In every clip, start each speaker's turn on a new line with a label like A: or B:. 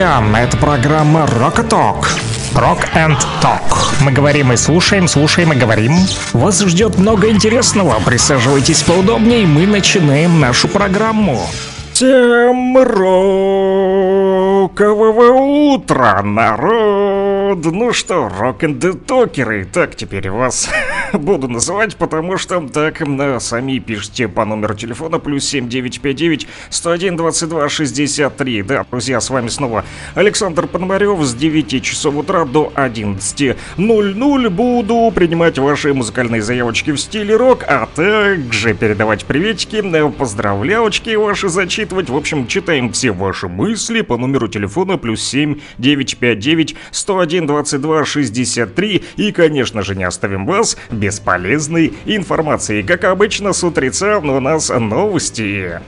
A: Это программа Rock Talk. Rock and Talk. Мы говорим и слушаем, слушаем и говорим. Вас ждет много интересного. Присаживайтесь поудобнее, мы начинаем нашу программу. Всем рокового утра, народ! Ну что, рок-н-токеры, так теперь вас буду называть, потому что так сами пишите по номеру телефона +7 959 101 22 63. Да, друзья, с вами снова Александр Пономарев. С 9 часов утра до 11:00 буду принимать ваши музыкальные заявочки в стиле рок, а также передавать приветики, поздравлялочки ваши зачитывать. В общем, читаем все ваши мысли по номеру телефона +7 959 101 22 63. И, конечно же, не оставим вас без полезной информации. Как обычно, с утреца у нас новости.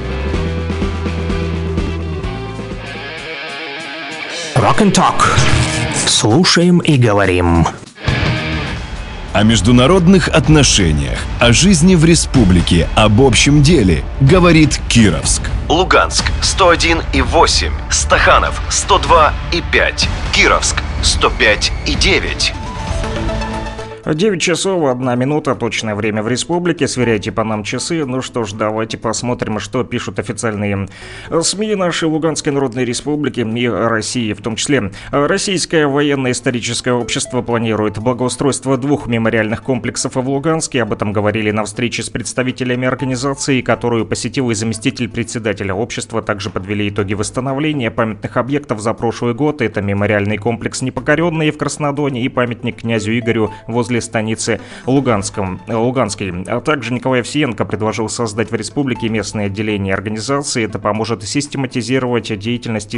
A: Rock and Talk. Слушаем и говорим.
B: О международных отношениях, о жизни в республике, об общем деле говорит Кировск.
C: Луганск 101,8, Стаханов 102,5, Кировск 105,9.
A: 9 часов 1 минута, точное время в республике. Сверяйте по нам часы. Ну что ж, давайте посмотрим, что пишут официальные СМИ нашей Луганской Народной Республики и России в том числе. Российское военно-историческое общество планирует благоустройство 2 мемориальных комплексов в Луганске. Об этом говорили на встрече с представителями организации, которую посетил и заместитель председателя общества. Также подвели итоги восстановления памятных объектов за прошлый год. Это мемориальный комплекс «Непокоренные» в Краснодоне и памятник князю Игорю возле станицы Луганской. А также Николай Овсиенко предложил создать в республике местное отделение организации. Это поможет систематизировать деятельность и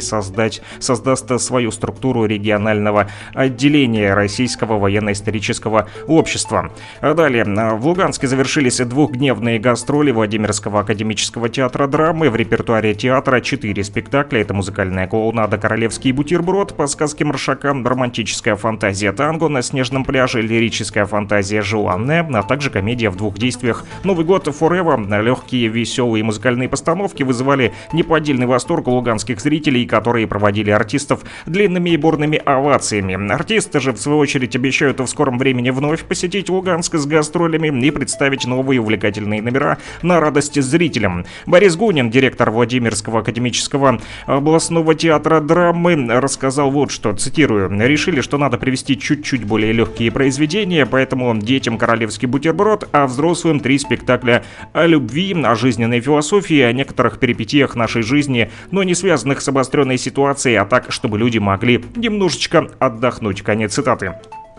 A: создаст свою структуру регионального отделения Российского военно-исторического общества. А далее. В Луганске завершились 2-дневные гастроли Владимирского академического театра драмы. В репертуаре театра 4 спектакля. Это музыкальная клоунада «Королевский бутерброд», по сказке Маршака, романтическая фантазия «Танго на снежном пляже», лирическая фантазия «Желанная», а также комедия в 2 действиях «Новый год Forever». Легкие, веселые музыкальные постановки вызывали неподдельный восторг у луганских зрителей, которые проводили артистов длинными и бурными овациями. Артисты же, в свою очередь, обещают в скором времени вновь посетить Луганск с гастролями и представить новые увлекательные номера на радость зрителям. Борис Гунин, директор Владимирского академического областного театра драмы, рассказал вот что, цитирую: «Решили, что надо привести чуть-чуть более легкие произведения, поэтому детям «Королевский бутерброд», а взрослым 3 спектакля о любви, о жизненной философии, о некоторых перипетиях нашей жизни, но не связанных с обостренной ситуацией, а так, чтобы люди могли немножечко отдохнуть». Конец цитаты.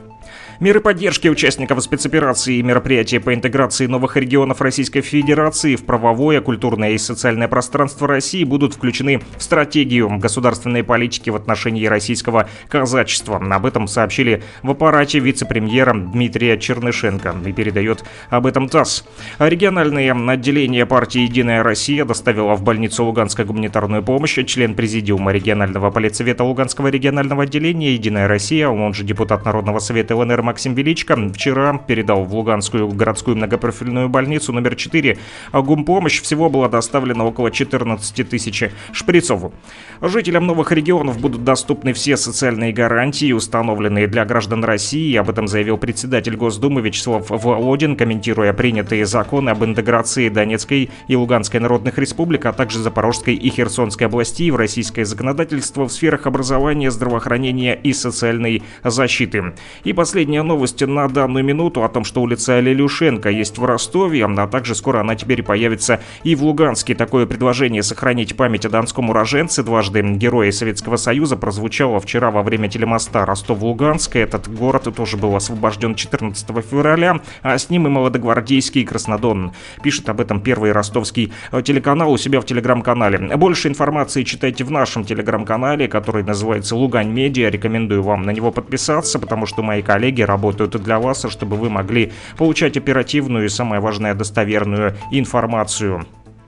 A: Меры поддержки участников спецоперации и мероприятия по интеграции новых регионов Российской Федерации в правовое, культурное и социальное пространство России будут включены в стратегию государственной политики в отношении российского казачества. Об этом сообщили в аппарате вице-премьера Дмитрия Чернышенко, и передает об этом ТАСС. Региональное отделение партии «Единая Россия» доставило в больницу Луганской гуманитарную помощь. Член президиума регионального политсовета Луганского регионального отделения «Единая Россия», он же депутат Народного совета ЛНР Максим Величко, вчера передал в Луганскую городскую многопрофильную больницу номер 4 гумпомощь. Всего было доставлено около 14 тысяч шприцов. Жителям новых регионов будут доступны все социальные гарантии, установленные для граждан России. Об этом заявил председатель Госдумы Вячеслав Володин, комментируя принятые законы об интеграции Донецкой и Луганской народных республик, а также Запорожской и Херсонской областей в российское законодательство в сферах образования, здравоохранения и социальной защиты. И последняя новость на данную минуту о том, что улица Лелюшенко есть в Ростове, а также скоро она теперь появится и в Луганске. Такое предложение сохранить память о донском уроженце, дважды Героя Советского Союза, прозвучало вчера во время телемоста Ростов-Луганск. Этот город тоже был освобожден 14 февраля, а с ним и Молодогвардейский Краснодон. Пишет об этом Первый ростовский телеканал у себя в телеграм-канале. Больше информации читайте в нашем телеграм-канале, который называется Лугань Медиа. Рекомендую вам на него подписаться, потому что мои коллеги работают для вас, чтобы вы могли получать оперативную и, самое важное, достоверную информацию.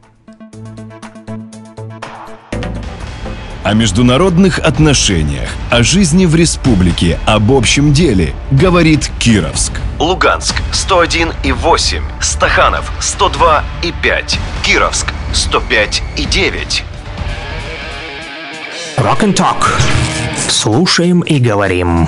B: О международных отношениях, о жизни в республике, об общем деле говорит Кировск.
C: Луганск 101,8, Стаханов 102,5, Кировск 105,9.
D: Rock and Talk. Слушаем и говорим.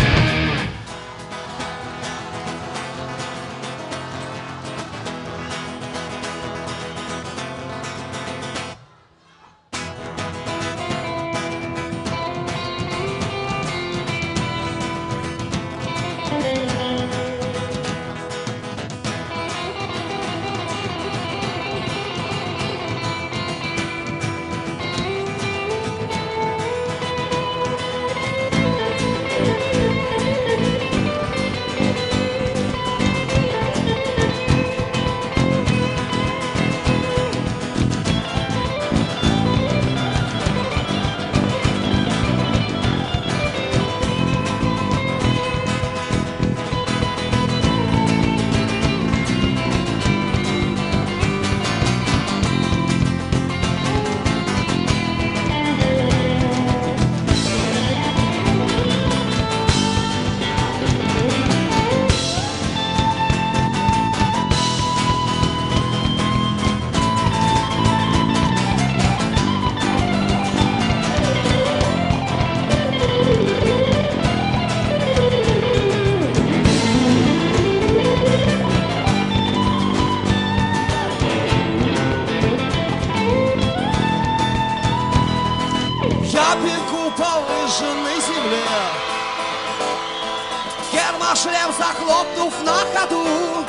E: Шлем захлопнув на ходу,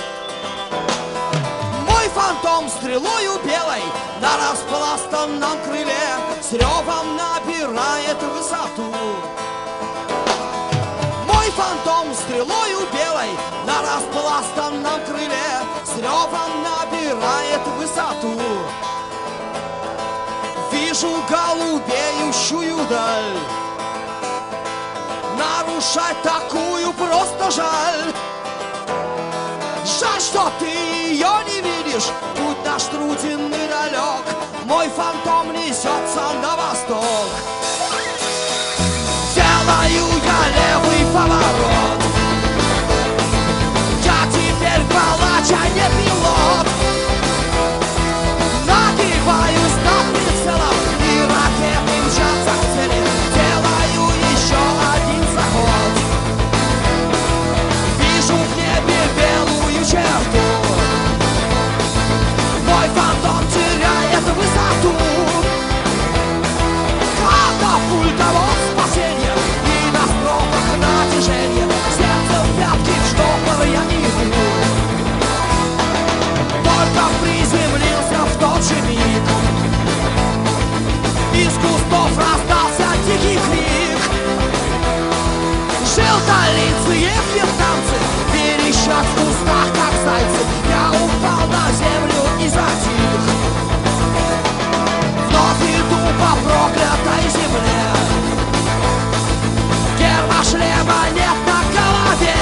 E: мой фантом стрелою белой на распластанном крыле с ревом набирает высоту. Мой фантом стрелою белой на распластанном крыле с ревом набирает высоту. Вижу голубеющую даль, нарушать такую просто жаль. Жаль, что ты ее не видишь, путь наш труден и далек. Мой фантом несется на восток. Делаю я левый поворот, я теперь палач, а не пилот. Нагибаюсь над прицелом, и ракеты мчатся к цели. Делаю еще один заход, вижу в небе белую черту. Мой фантом теряет высоту. Катапульта вот спасенье, и на стропах натяжение. Сердце в пятки, в штопор я иду. Только приземлился в тот же миг, из кустов раздался дикий крик. Желтолицые вьетнамцы верещат в кустах, как зайцы. Я упал на землю и затих. Вновь иду по проклятой земле. Герба шлема нет на голове.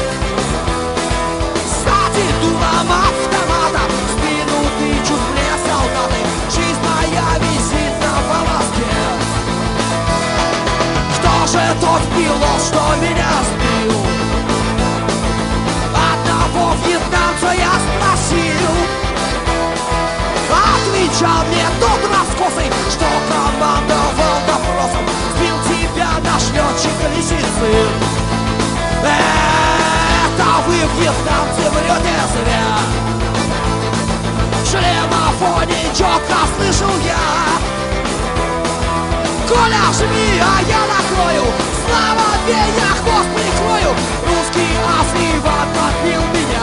E: Сзади дулом автомата в спину тычут мне солдаты. Жизнь моя висит на волоске. Кто же тот пилот, что меня сбил? Одного вьетнамца я спросил. Отвечал мне тот раскосый, что командовал допросом. Сбил тебя наш летчик Лисицын. Это вы, вьетнамцы, врете зря. В шлемофоне четко слышал я. Коля, жми, а я накрою. Слава, бей, я хвост прикрою. Русский ас Иван подбил меня.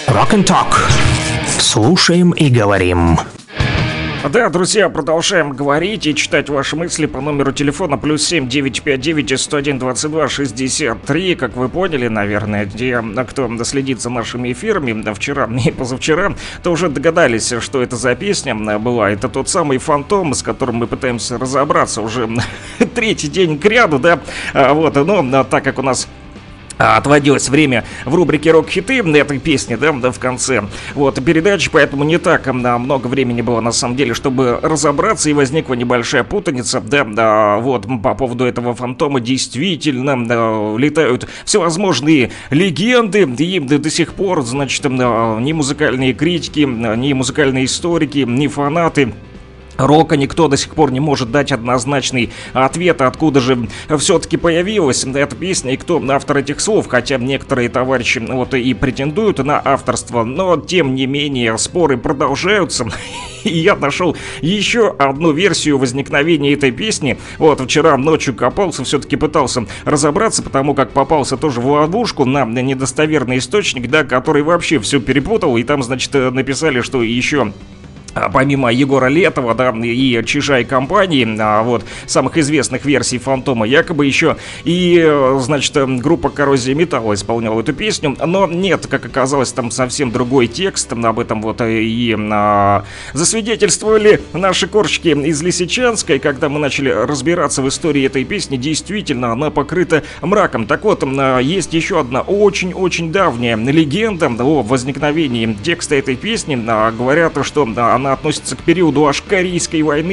D: Rock and Talk. Слушаем и говорим.
A: Да, друзья, продолжаем говорить и читать ваши мысли по номеру телефона +7 959 101 22 63. Как вы поняли, наверное, те, кто следит за нашими эфирами вчера и позавчера, то уже догадались, что это за песня была. Это тот самый «Фантом», с которым мы пытаемся разобраться уже третий день кряду, да. Вот, но так как у нас отводилось время в рубрике «Рок-хиты» этой песни, да, в конце передачи, поэтому не так много времени было, на самом деле, чтобы разобраться, и возникла небольшая путаница, по поводу этого «Фантома». Действительно, летают всевозможные легенды, и до сих пор, значит, ни музыкальные критики, ни музыкальные историки, ни фанаты рока никто до сих пор не может дать однозначный ответ, откуда же все-таки появилась эта песня и кто автор этих слов, хотя некоторые товарищи и претендуют на авторство, но тем не менее споры продолжаются. И я нашел еще одну версию возникновения этой песни. Вчера ночью копался, все-таки пытался разобраться, потому как попался тоже в ловушку на недостоверный источник, да, который вообще все перепутал, и там, значит, написали, что еще помимо Егора Летова, да, и Чижа и компании, самых известных версий «Фантома», якобы еще и, значит, группа «Коррозия металла» исполняла эту песню, но нет, как оказалось, там совсем другой текст, об этом засвидетельствовали наши корчики из Лисичанска, когда мы начали разбираться в истории этой песни, действительно, она покрыта мраком. Так вот, есть еще одна очень-очень давняя легенда о возникновении текста этой песни. Говорят, что она относится к периоду аж Корейской войны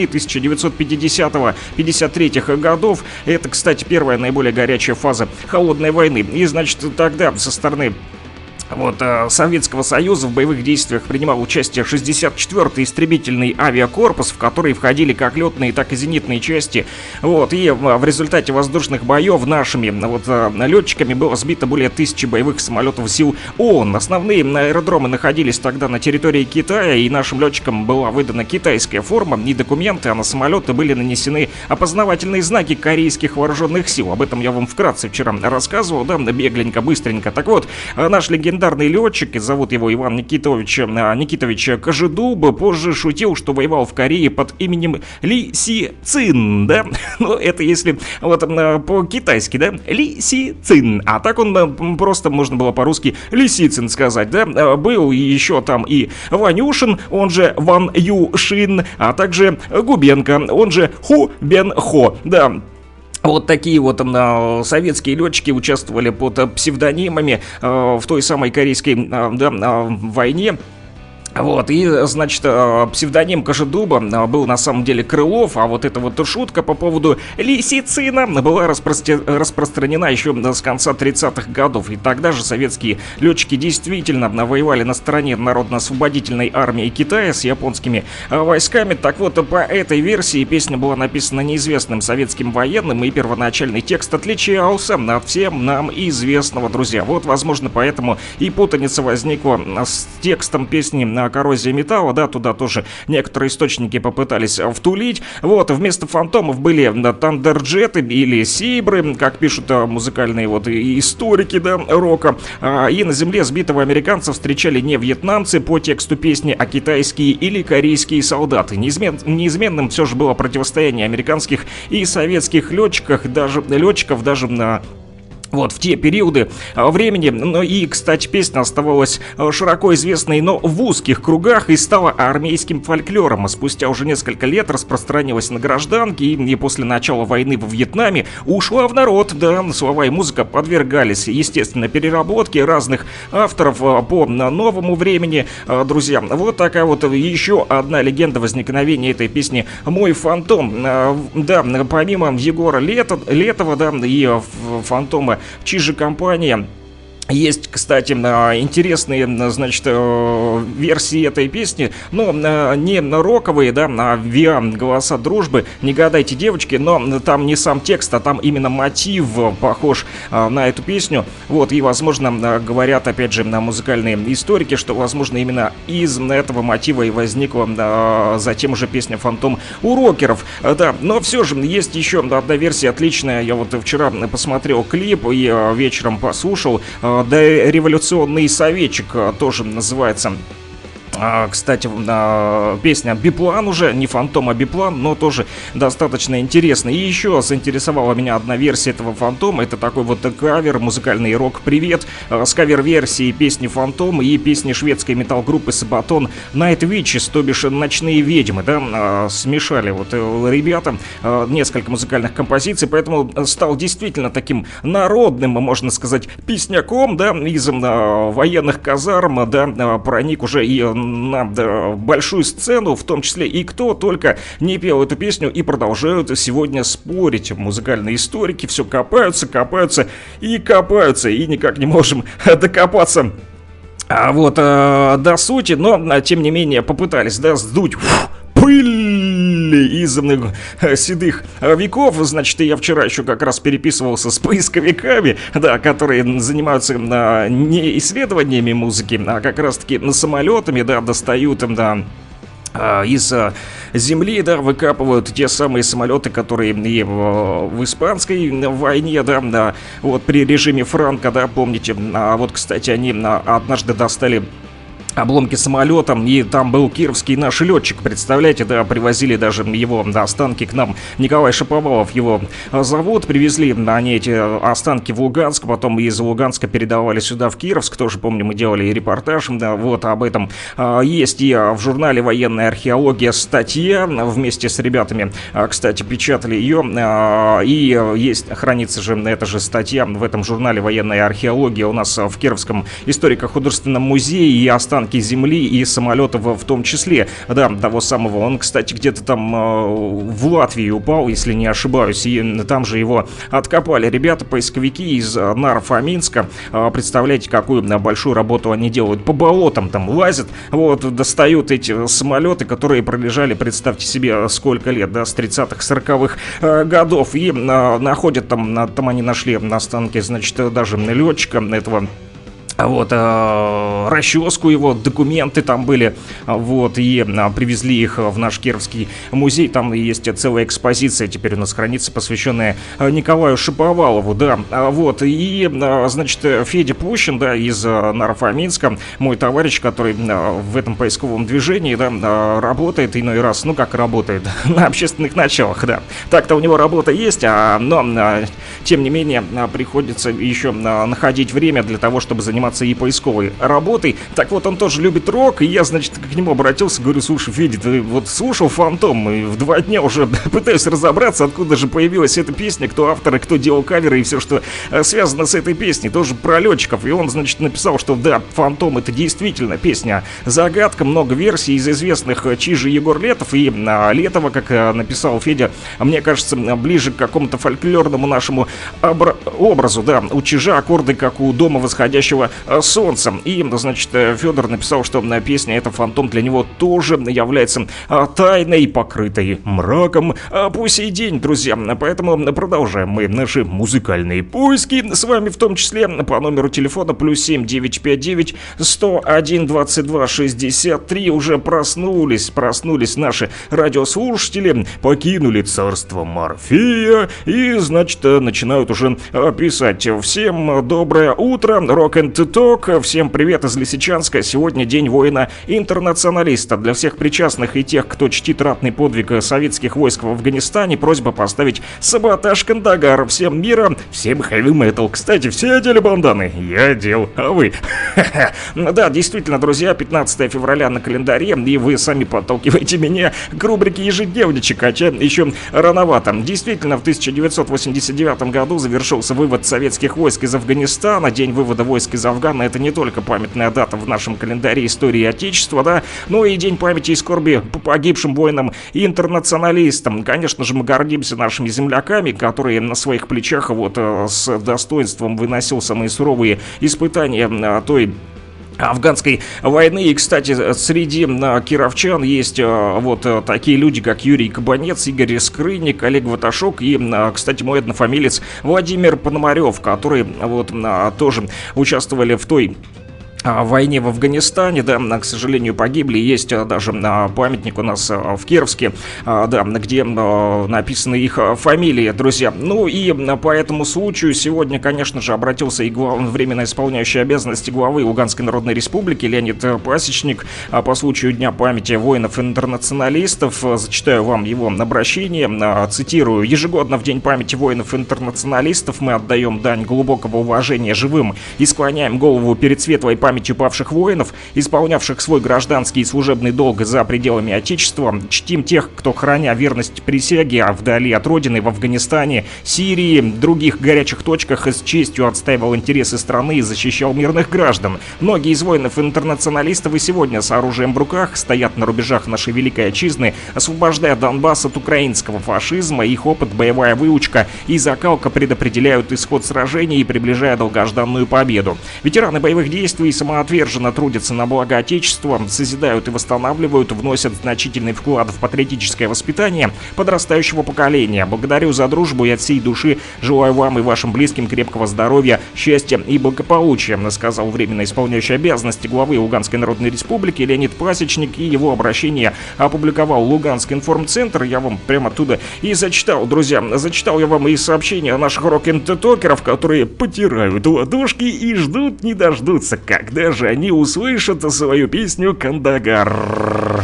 A: 1950-53 годов. Это, кстати, первая наиболее горячая фаза холодной войны. И, значит, тогда со стороны Советского Союза в боевых действиях принимал участие 64-й истребительный авиакорпус, в который входили как летные, так и зенитные части. И в результате воздушных боев нашими летчиками было сбито более 1000 боевых самолетов сил ООН. Основные аэродромы находились тогда на территории Китая, и нашим летчикам была выдана китайская форма и документы, а на самолеты были нанесены опознавательные знаки корейских вооруженных сил. Об этом я вам вкратце вчера рассказывал, да, бегленько, быстренько. Так вот, наш легендарный летчик, зовут его Иван Никитович Кожедуб, позже шутил, что воевал в Корее под именем Ли Си Цин, да, это если по-китайски, да, Ли Си Цин, а так он просто, можно было по-русски Лисицын сказать, да, был еще там и Ванюшин, он же Ван Юшин, а также Губенко, он же Ху Бен Хо, да. Такие советские летчики участвовали под псевдонимами в той самой корейской войне. И, значит, псевдоним Кожедуба был на самом деле Крылов, а эта шутка по поводу Лисицына была распространена еще с конца 30-х годов. И тогда же советские летчики действительно воевали на стороне Народно-освободительной армии Китая с японскими войсками. Так вот, по этой версии песня была написана неизвестным советским военным, и первоначальный текст отличался от всем нам известного, друзья. Возможно, поэтому и путаница возникла с текстом песни «Коррозия металла», да, туда тоже некоторые источники попытались втулить. Вместо «Фантомов» были «Тандерджеты» или «Сейбры», как пишут музыкальные историки, да, рока. И на земле сбитого американца встречали не вьетнамцы по тексту песни, а китайские или корейские солдаты. Неизменным все же было противостояние американских и советских летчиков, даже на в те периоды времени. И, кстати, песня оставалась широко известной, но в узких кругах, и стала армейским фольклором. Спустя уже несколько лет распространилась на гражданке, и после начала войны во Вьетнаме ушла в народ. Да, слова и музыка подвергались, естественно, переработке разных авторов по новому времени. Друзья, такая еще одна легенда возникновения этой песни «Мой фантом». Да, помимо Егора Летова, да, и «Фантома» Чижа компания. Есть, кстати, интересные, значит, версии этой песни, но не роковые, да, а виа «Голоса дружбы». Не гадайте, девочки, но там не сам текст, а там именно мотив похож на эту песню. И, возможно, говорят, опять же, музыкальные историки, что, возможно, именно из этого мотива и возникла затем уже песня «Фантом» у рокеров. Да, но все же есть еще одна версия отличная. Я вчера посмотрел клип и вечером послушал. «Дореволюционный советчик» тоже называется. Кстати, песня «Биплан» уже, не «Фантом», а «Биплан», но тоже достаточно интересно. И еще заинтересовала меня одна версия этого «Фантома». Это такой вот кавер, музыкальный рок-привет с кавер-версией песни «Фантом» и песни шведской метал-группы «Сабатон» «Night Witches», то бишь «Ночные ведьмы», да, смешали вот ребята несколько музыкальных композиций, поэтому стал действительно таким народным, можно сказать, песняком, да, из военных казарм, да, проник уже и на большую сцену, в том числе и кто только не пел эту песню, и продолжают сегодня спорить. Музыкальные историки все копаются и никак не можем докопаться до сути, но тем не менее попытались, да, сдуть пыль из седых веков. Значит, я вчера еще как раз переписывался с поисковиками, да, которые занимаются не исследованиями музыки, а как раз-таки самолетами, да, достают им, да, из земли, да, выкапывают те самые самолеты, которые и в испанской войне, да, вот при режиме Франко, да, помните, вот, кстати, они однажды достали обломки самолета, и там был кировский наш летчик, представляете, да, привозили даже его останки к нам. Николай Шаповалов его зовут, привезли они эти останки в Луганск, потом из Луганска передавали сюда в Кировск, тоже помню, мы делали и репортаж, да, вот об этом есть и в журнале «Военная археология» статья, вместе с ребятами, кстати, печатали ее, и есть, хранится же эта же статья в этом журнале «Военная археология» у нас в Кировском историко-художественном музее, и останки земли и самолетов в том числе, да, того самого. Он, кстати, где-то там в Латвии упал, если не ошибаюсь, и там же его откопали ребята-поисковики из Нарфоминска. Представляете, какую большую работу они делают. По болотам там лазят, вот, достают эти самолеты, которые пролежали, представьте себе, сколько лет, да, с 30-х, 40-х годов, и находят там они нашли останки, значит, даже летчика этого. Вот, расческу его, документы там были, вот, и привезли их в наш Кировский музей. Там есть целая экспозиция теперь у нас хранится, посвященная Николаю Шаповалову, да, вот, и, значит, Федя Пущин, да, из Нарфоминска, мой товарищ, который в этом поисковом движении, да, работает иной раз, ну, как работает, на общественных началах, да, так-то у него работа есть, но, тем не менее, приходится еще находить время для того, чтобы заниматься и поисковой работой. Так вот, он тоже любит рок, и я, значит, к нему обратился, говорю: слушай, Федя, ты вот слушал «Фантом», и в 2 дня уже пытаюсь разобраться, откуда же появилась эта песня, кто автор и кто делал каверы, и все, что связано с этой песней, тоже про летчиков. И он, значит, написал, что да, «Фантом» — это действительно песня загадка, много версий из известных Чижи, Егор Летов и Летова, как написал Федя, мне кажется, ближе к какому-то фольклорному нашему образу, да, у Чижа аккорды, как у дома восходящего солнца. И, значит, Федор написал, что песня эта «Фантом» для него тоже является тайной, покрытой мраком по сей день, друзья. Поэтому продолжаем мы наши музыкальные поиски с вами, в том числе по номеру телефона +7 959 101 22 63. Уже проснулись наши радиослушатели, покинули царство Морфея и, значит, начинают уже писать. Всем доброе утро, Rock and Talk. Всем привет из Лисичанска. Сегодня день воина-интернационалиста. Для всех причастных и тех, кто чтит ратный подвиг советских войск в Афганистане, просьба поставить «Саботаж Кандагар». Всем мира, всем хэви-метал. Кстати, все одели банданы? Я одел, а вы? Да, действительно, друзья, 15 февраля на календаре, и вы сами подталкиваете меня к рубрике «Ежедневничек», хотя еще рановато. Действительно, в 1989 году завершился вывод советских войск из Афганистана. День вывода войск из Афгана — это не только памятная дата в нашем календаре истории Отечества, да, но и день памяти и скорби по погибшим воинам и интернационалистам. Конечно же, мы гордимся нашими земляками, которые на своих плечах вот с достоинством выносил самые суровые испытания той афганской войны. И, кстати, среди кировчан есть вот такие люди, как Юрий Кабанец, Игорь Скрынник, Олег Ваташок и, кстати, мой однофамилец Владимир Пономарев, которые вот тоже участвовали в той войне в Афганистане, да, к сожалению, погибли. Есть даже памятник у нас в Кировске, да, где написаны их фамилии, друзья. Ну и по этому случаю сегодня, конечно же, обратился и временно исполняющий обязанности главы Луганской Народной Республики Леонид Пасечник по случаю Дня памяти воинов-интернационалистов. Зачитаю вам его обращение, цитирую: «Ежегодно в День памяти воинов-интернационалистов мы отдаем дань глубокого уважения живым и склоняем голову перед светлой памятью павших воинов, исполнявших свой гражданский и служебный долг за пределами Отечества. Чтим тех, кто, храня верность присяге вдали от родины в Афганистане, Сирии, других горячих точках, с честью отстаивал интересы страны и защищал мирных граждан. Многие из воинов-интернационалистов и сегодня с оружием в руках стоят на рубежах нашей великой отчизны, освобождая Донбасс от украинского фашизма. Их опыт, боевая выучка и закалка предопределяют исход сражений и приближая долгожданную победу. Ветераны боевых действий самоотверженно трудятся на благо Отечества, созидают и восстанавливают, вносят значительный вклад в патриотическое воспитание подрастающего поколения. Благодарю за дружбу и от всей души желаю вам и вашим близким крепкого здоровья, счастья и благополучия», сказал временно исполняющий обязанности главы Луганской Народной Республики Леонид Пасечник, и его обращение опубликовал Луганский информцентр. Я вам прямо оттуда и зачитал, друзья. Зачитал я вам и сообщения наших рок-н-токеров, которые потирают ладошки и ждут не дождутся, когда же они услышат свою песню «Кандагар».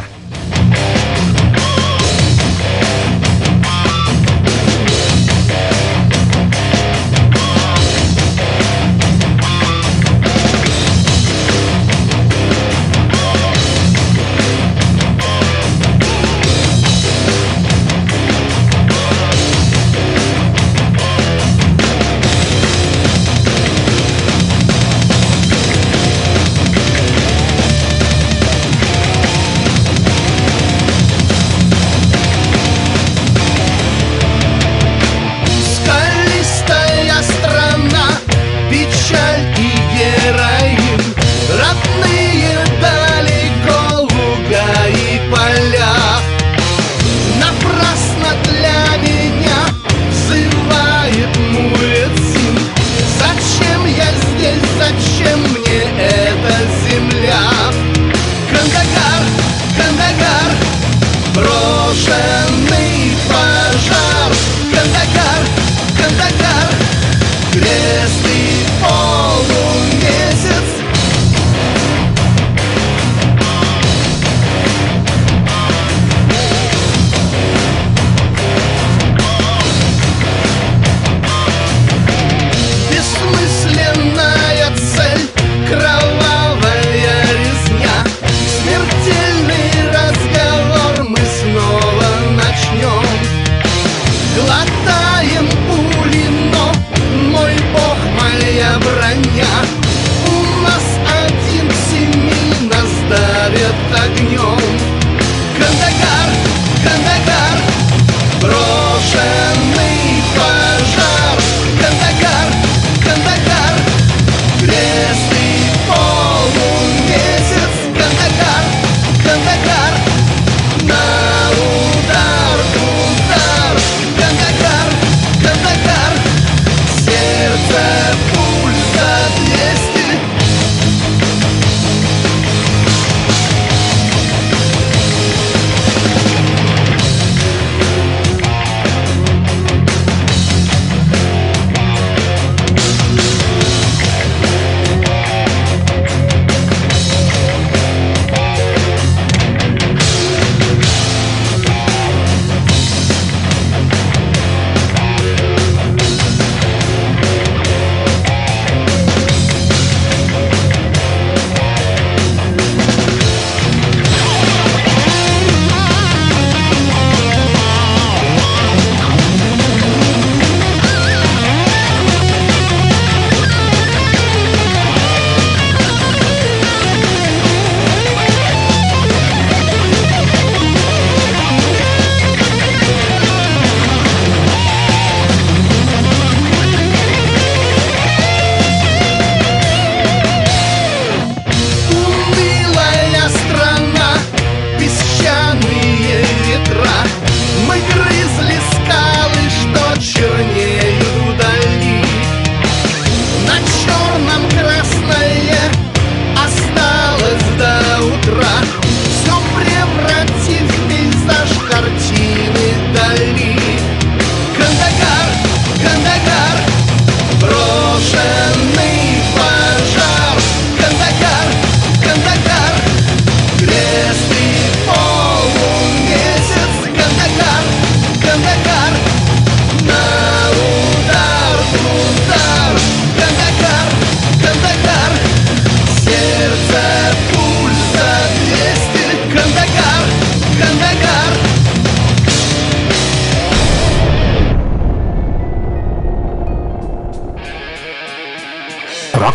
F: Смертельный разговор мы снова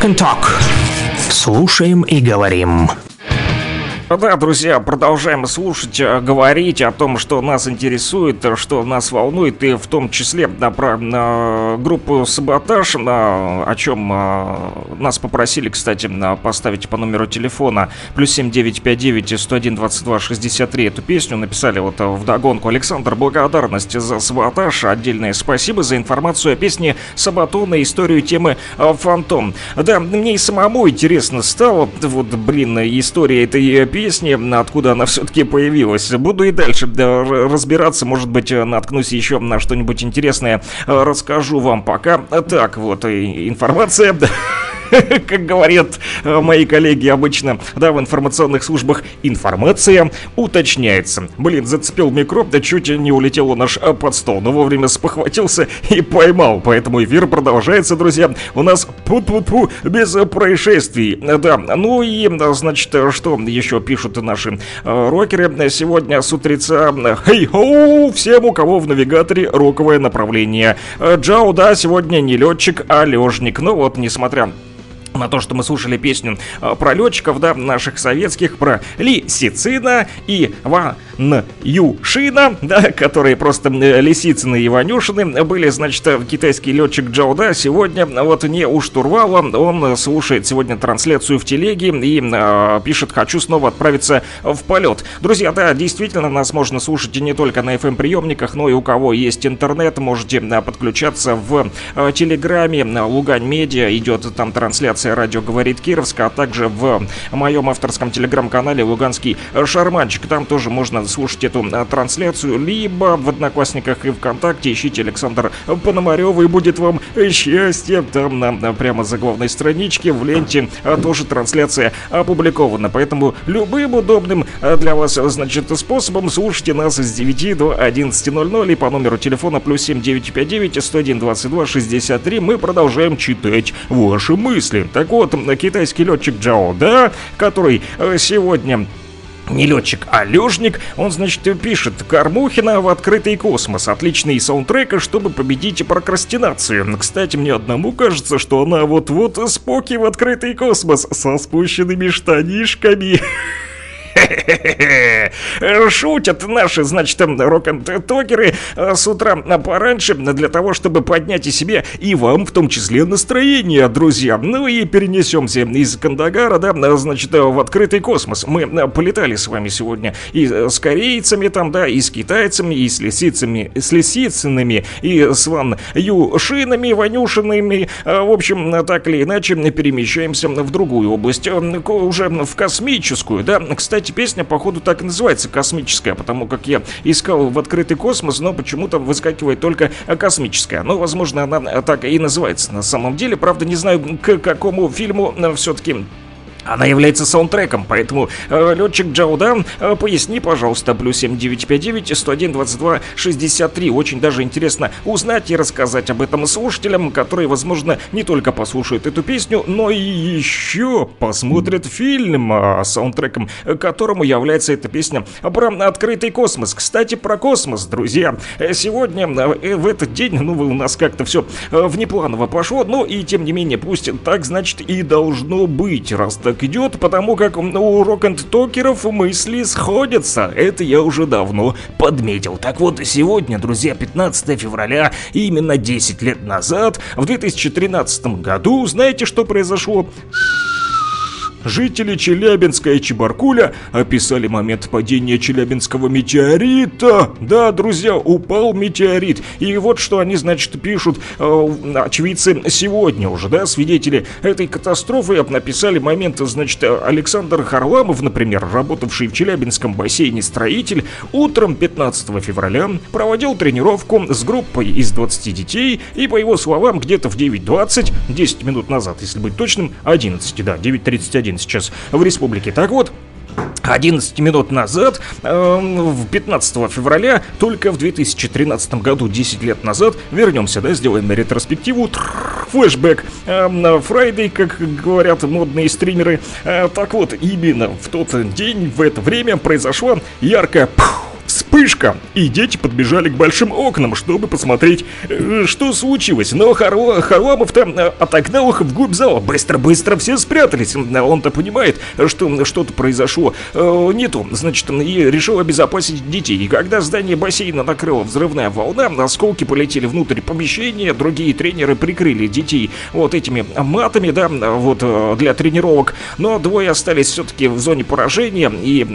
D: Rock. Слушаем и говорим.
A: Да, друзья, продолжаем слушать, говорить о том, что нас интересует, что нас волнует, и в том числе про группу «Саботаж», о чем нас попросили, кстати, поставить по номеру телефона +7 959 101 22 63 эту песню. Написали вот вдогонку: Александр, благодарность за «Саботаж», отдельное спасибо за информацию о песне «Сабатон» и историю темы «Фантом». Да, мне и самому интересно стало, вот, история этой песни, откуда она все-таки появилась. Буду и дальше разбираться, может быть, наткнусь еще на что-нибудь интересное, расскажу вам пока. Так, вот и информация, как говорят мои коллеги обычно, да, в информационных службах, информация уточняется. Зацепил микро, да чуть не улетел он аж под стол, но вовремя спохватился и поймал. Поэтому эфир продолжается, друзья. У нас без происшествий. Да, ну и, значит, что еще пишут наши рокеры сегодня с утреца? Хей-хоу! Всем, у кого в навигаторе роковое направление. Джао, да, сегодня не летчик, а лежник. Ну вот, несмотря на то, что мы слушали песню про летчиков, да, наших советских, про Лисицына и Ванюшина, да, которые просто Лисицыны и Ванюшины были, значит, китайский летчик Джао, да, сегодня вот не у штурвала, он слушает сегодня трансляцию в телеге и пишет: хочу снова отправиться в полет. Друзья, да, действительно, нас можно слушать и не только на FM-приемниках, но и у кого есть интернет, можете подключаться в Телеграме, Лугань Медиа, идет там трансляция «Радио говорит Кировск», а также в моем авторском телеграм-канале «Луганский шарманчик». Там тоже можно слушать эту трансляцию, либо в Одноклассниках и ВКонтакте ищите Александр Пономарёв, и будет вам счастье. Там на прямо за главной страничке в ленте тоже трансляция опубликована. Поэтому любым удобным для вас, значит, способом слушайте нас с 9 до 11:00 и по номеру телефона +7 959 101 22 63. Мы продолжаем читать ваши мысли. Так вот, китайский летчик Джао, да, который сегодня не летчик, а лежник, он, значит, пишет: Кормухина в открытый космос. Отличный саундтрек, чтобы победить прокрастинацию. Кстати, мне одному кажется, что она вот-вот Споки в открытый космос со спущенными штанишками. Шутят наши, значит, рок-н-токеры с утра пораньше для того, чтобы поднять и себе, и вам в том числе настроение, друзья. Ну и перенесемся из Кандагара, да, значит, в открытый космос. Мы полетали с вами сегодня и с корейцами там, да, и с китайцами, и с лисицынами, и с Ванюшинами, Ванюшинами. В общем, так или иначе, перемещаемся в другую область, уже в космическую, да. Кстати, песня, походу, так и называется, космическая, потому как я искал в открытый космос, но почему-то выскакивает только космическая. Но, возможно, она так и называется на самом деле. Правда, не знаю, к какому фильму все-таки она является саундтреком, поэтому летчик Джао, да, поясни, пожалуйста, +7 959 101 22 63. Очень даже интересно узнать и рассказать об этом слушателям, которые, возможно, не только послушают эту песню, но и еще посмотрят фильм, саундтреком которому является эта песня про открытый космос. Кстати, про космос, друзья. Сегодня, в этот день, ну, у нас как-то все внепланово пошло, но и тем не менее, пусть так, значит, и должно быть, раз так идет, потому как у рок-н-токеров мысли сходятся. Это я уже давно подметил. Так вот, сегодня, друзья, 15 февраля, именно 10 лет назад, в 2013 году, знаете, что произошло? Жители Челябинска и Чебаркуля описали момент падения челябинского метеорита. Да, друзья, упал метеорит. И вот что они, значит, пишут очевидцы сегодня уже, да, свидетели этой катастрофы написали момент, значит, Александр Харламов, например, работавший в Челябинском бассейне строитель, утром 15 февраля проводил тренировку с группой из 20 детей, и, по его словам, где-то в 9:20, 10 минут назад, если быть точным, 11, да, 9:31 сейчас в республике. Так вот, 11 минут назад, 15 февраля, только в 2013 году, 10 лет назад, вернемся, да, сделаем ретроспективу, флешбэк, Friday, как говорят модные стримеры. Так вот, именно в тот день, в это время произошла яркая вспышка вспышка, и дети подбежали к большим окнам, чтобы посмотреть, что случилось. Но Харламов-то отогнал их вглубь зала. Быстро все спрятались. Он-то понимает, что что-то произошло не то. Значит, и решил обезопасить детей. И когда здание бассейна накрыла взрывная волна, осколки полетели внутрь помещения, другие тренеры прикрыли детей вот этими матами, да, вот для тренировок. Но двое остались все-таки в зоне поражения, и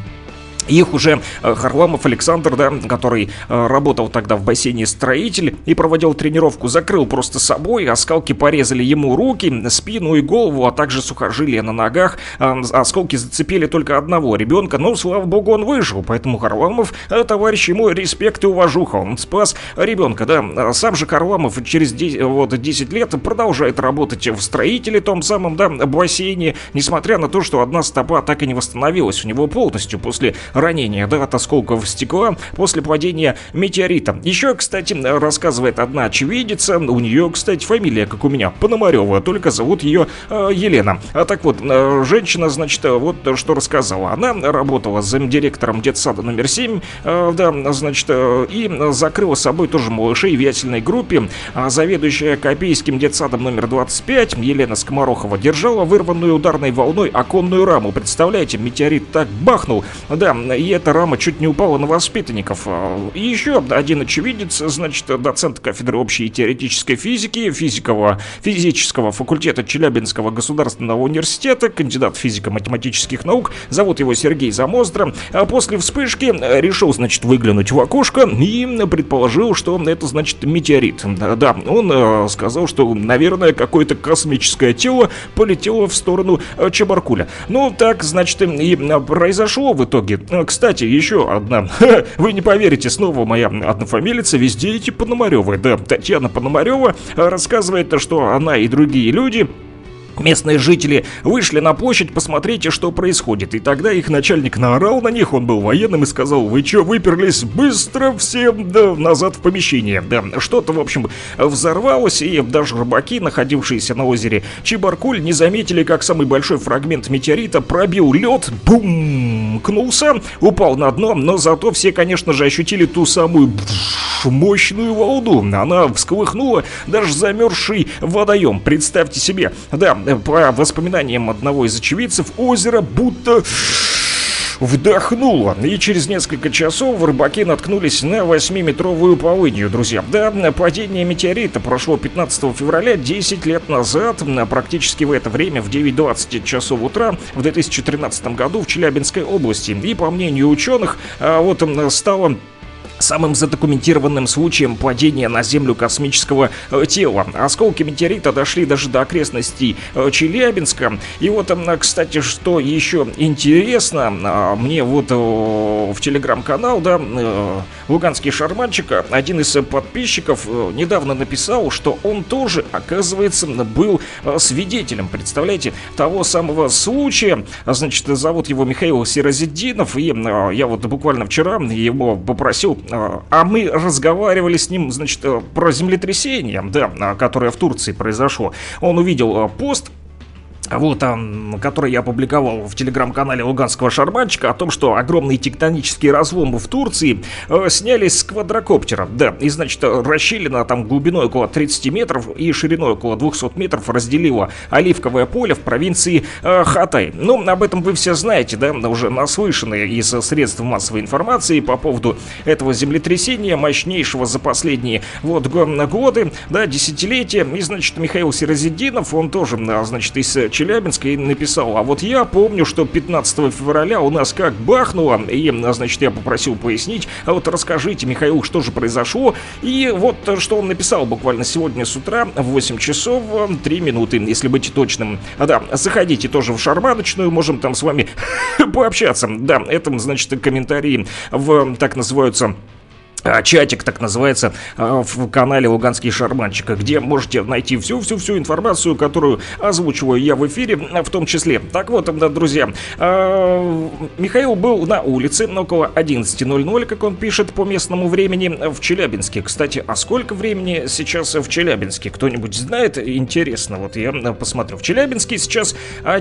A: их уже Харламов Александр, да, который работал тогда в бассейне строитель и проводил тренировку, закрыл просто собой. Осколки порезали ему руки, спину и голову, а также сухожилия на ногах. Осколки зацепили только одного ребенка, но, слава богу, он выжил. Поэтому Харламов, товарищ, ему респект и уважуха. Он спас ребенка, да. Сам же Харламов через 10 лет продолжает работать в строителе, том самом, да, бассейне, несмотря на то, что одна стопа так и не восстановилась у него полностью после ранения, да, от осколков стекла после падения метеорита. Еще, кстати, рассказывает одна очевидица, у нее, кстати, фамилия, как у меня, Пономарева, только зовут ее Елена. А так вот, женщина, значит, вот что рассказала. Она работала замдиректором детсада номер 7, да, значит, и закрыла с собой тоже малышей в ясельной группе. Заведующая Копейским детсадом номер 25 Елена Скоморохова держала вырванную ударной волной оконную раму. Представляете, метеорит так бахнул, да, и эта рама чуть не упала на воспитанников. И еще один очевидец, значит, доцент кафедры общей и теоретической физики физического факультета Челябинского государственного университета, кандидат физико-математических наук, зовут его Сергей Замоздро. После вспышки решил, значит, выглянуть в окошко и предположил, что это, значит, метеорит. Да, он сказал, что, наверное, какое-то космическое тело полетело в сторону Чебаркуля. Ну, так, значит, и произошло в итоге. Кстати, еще одна. Вы не поверите, снова моя однофамилица, везде эти Пономаревы. Да, Татьяна Пономарева рассказывает, что она и другие люди, местные жители, вышли на площадь посмотреть, что происходит. И тогда их начальник наорал на них, он был военным, и сказал: вы чё, выперлись? Быстро все, да, назад в помещение. Да, что-то, в общем, взорвалось, и даже рыбаки, находившиеся на озере Чебаркуль, не заметили, как самый большой фрагмент метеорита пробил лед, бумкнулся, упал на дно, но зато все, конечно же, ощутили ту самую мощную волну. Она всколыхнула даже замерзший водоем. Представьте себе, да, по воспоминаниям одного из очевидцев, озеро будто вдохнуло. И через несколько часов рыбаки наткнулись на 8-метровую полынью, друзья. Да, падение метеорита прошло 15 февраля 10 лет назад, практически в это время, в 9:20 часов утра в 2013 году в Челябинской области. И, по мнению ученых, вот стало самым задокументированным случаем падения на Землю космического тела. Осколки метеорита дошли даже до окрестностей Челябинска. И вот, кстати, что еще интересно, мне вот в телеграм-канал, да, Луганский шарманчик, один из подписчиков недавно написал, что он тоже, оказывается, был свидетелем, представляете, того самого случая. Значит, зовут его Михаил Сиразетдинов, и я вот буквально вчера его попросил, а мы разговаривали с ним, значит, про землетрясение, да, которое в Турции произошло. Он увидел пост, вот, который я опубликовал в телеграм-канале Луганского шарманчика, о том, что огромные тектонические разломы в Турции снялись с квадрокоптера, да, и, значит, расщелина там глубиной около 30 метров и шириной около 200 метров разделила оливковое поле в провинции Хатай. Ну, об этом вы все знаете, да, уже наслышаны из средств массовой информации по поводу этого землетрясения, мощнейшего за последние вот годы, да, десятилетия. И, значит, Михаил Сиразетдинов, он тоже, значит, из Челябинска, и написал: а вот я помню, что 15 февраля у нас как бахнуло, и, значит, я попросил пояснить, а вот расскажите, Михаил, что же произошло. И вот что он написал буквально сегодня с утра в 8 часов 3 минуты, если быть точным. Да, заходите тоже в шарманочную, можем там с вами пообщаться. Да, это, значит, комментарии так называются чатик, так называется, в канале «Луганский шарманщик», где можете найти всю информацию, которую озвучиваю я в эфире, в том числе. Так вот, друзья, Михаил был на улице около 11:00, как он пишет по местному времени, в Челябинске. Кстати, а сколько времени сейчас в Челябинске? Кто-нибудь знает? Интересно, вот я посмотрю. В Челябинске сейчас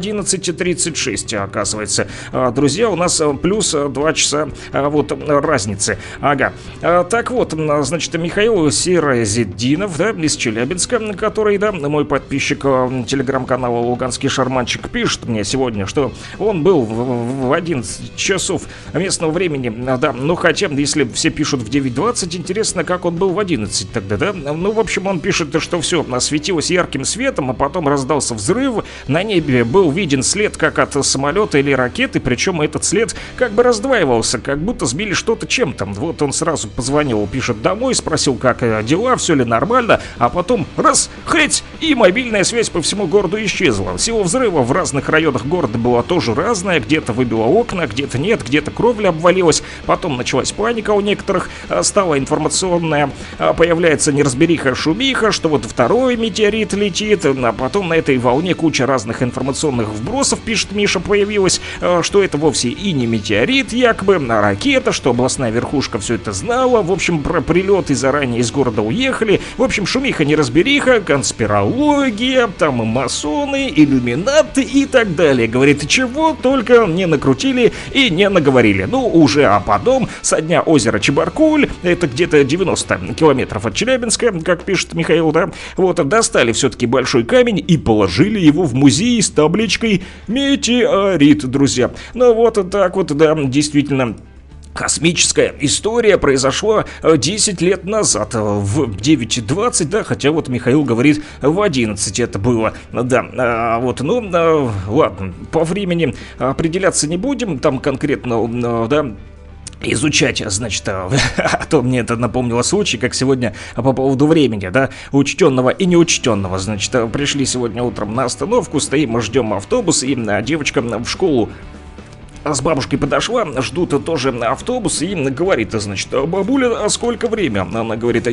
A: 11:36, оказывается. Друзья, у нас плюс 2 часа вот разницы. Ага. Так вот, значит, Михаил Сиразетдинов, да, из Челябинска, который, да, мой подписчик телеграм-канала «Луганский шарманщик», пишет мне сегодня, что он был в 11 часов местного времени, да, ну, хотя, если все пишут в 9:20, интересно, как он был в 11 тогда, да, ну, в общем, он пишет, что все осветилось ярким светом, а потом раздался взрыв, на небе был виден след, как от самолета или ракеты, причем этот след как бы раздваивался, как будто сбили что-то чем-то. Вот он сразу позвонил, пишет, домой, спросил, как дела, все ли нормально, а потом раз, хрять, и мобильная связь по всему городу исчезла. Сила взрыва в разных районах города была тоже разная, где-то выбило окна, где-то нет, где-то кровля обвалилась, потом началась паника у некоторых, стала информационная, появляется неразбериха, шумиха, что вот второй метеорит летит, а потом на этой волне куча разных информационных вбросов, пишет Миша, появилась, что это вовсе и не метеорит, якобы, а ракета, что областная верхушка все это знала. В общем, про прилеты заранее из города уехали. В общем, шумиха, неразбериха, конспирология, там масоны, иллюминаты и так далее. Говорит, чего только не накрутили и не наговорили. Ну, уже, а потом со дня озера Чебаркуль, это где-то 90 километров от Челябинска, как пишет Михаил, да, вот, достали все-таки большой камень и положили его в музей с табличкой «Метеорит», друзья. Ну, вот так вот, да, действительно. Космическая история произошла 10 лет назад, в 9:20, да, хотя вот Михаил говорит, в 11 это было, да, вот, ну, ладно, по времени определяться не будем, там конкретно, да, изучать, значит, а то мне это напомнило случай, как сегодня по поводу времени, да, учтенного и неучтенного, значит, пришли сегодня утром на остановку, стоим, ждем автобус, и девочка в школу с бабушкой подошла, ждут тоже автобус, и говорит, значит, бабуля, а сколько время? Она говорит,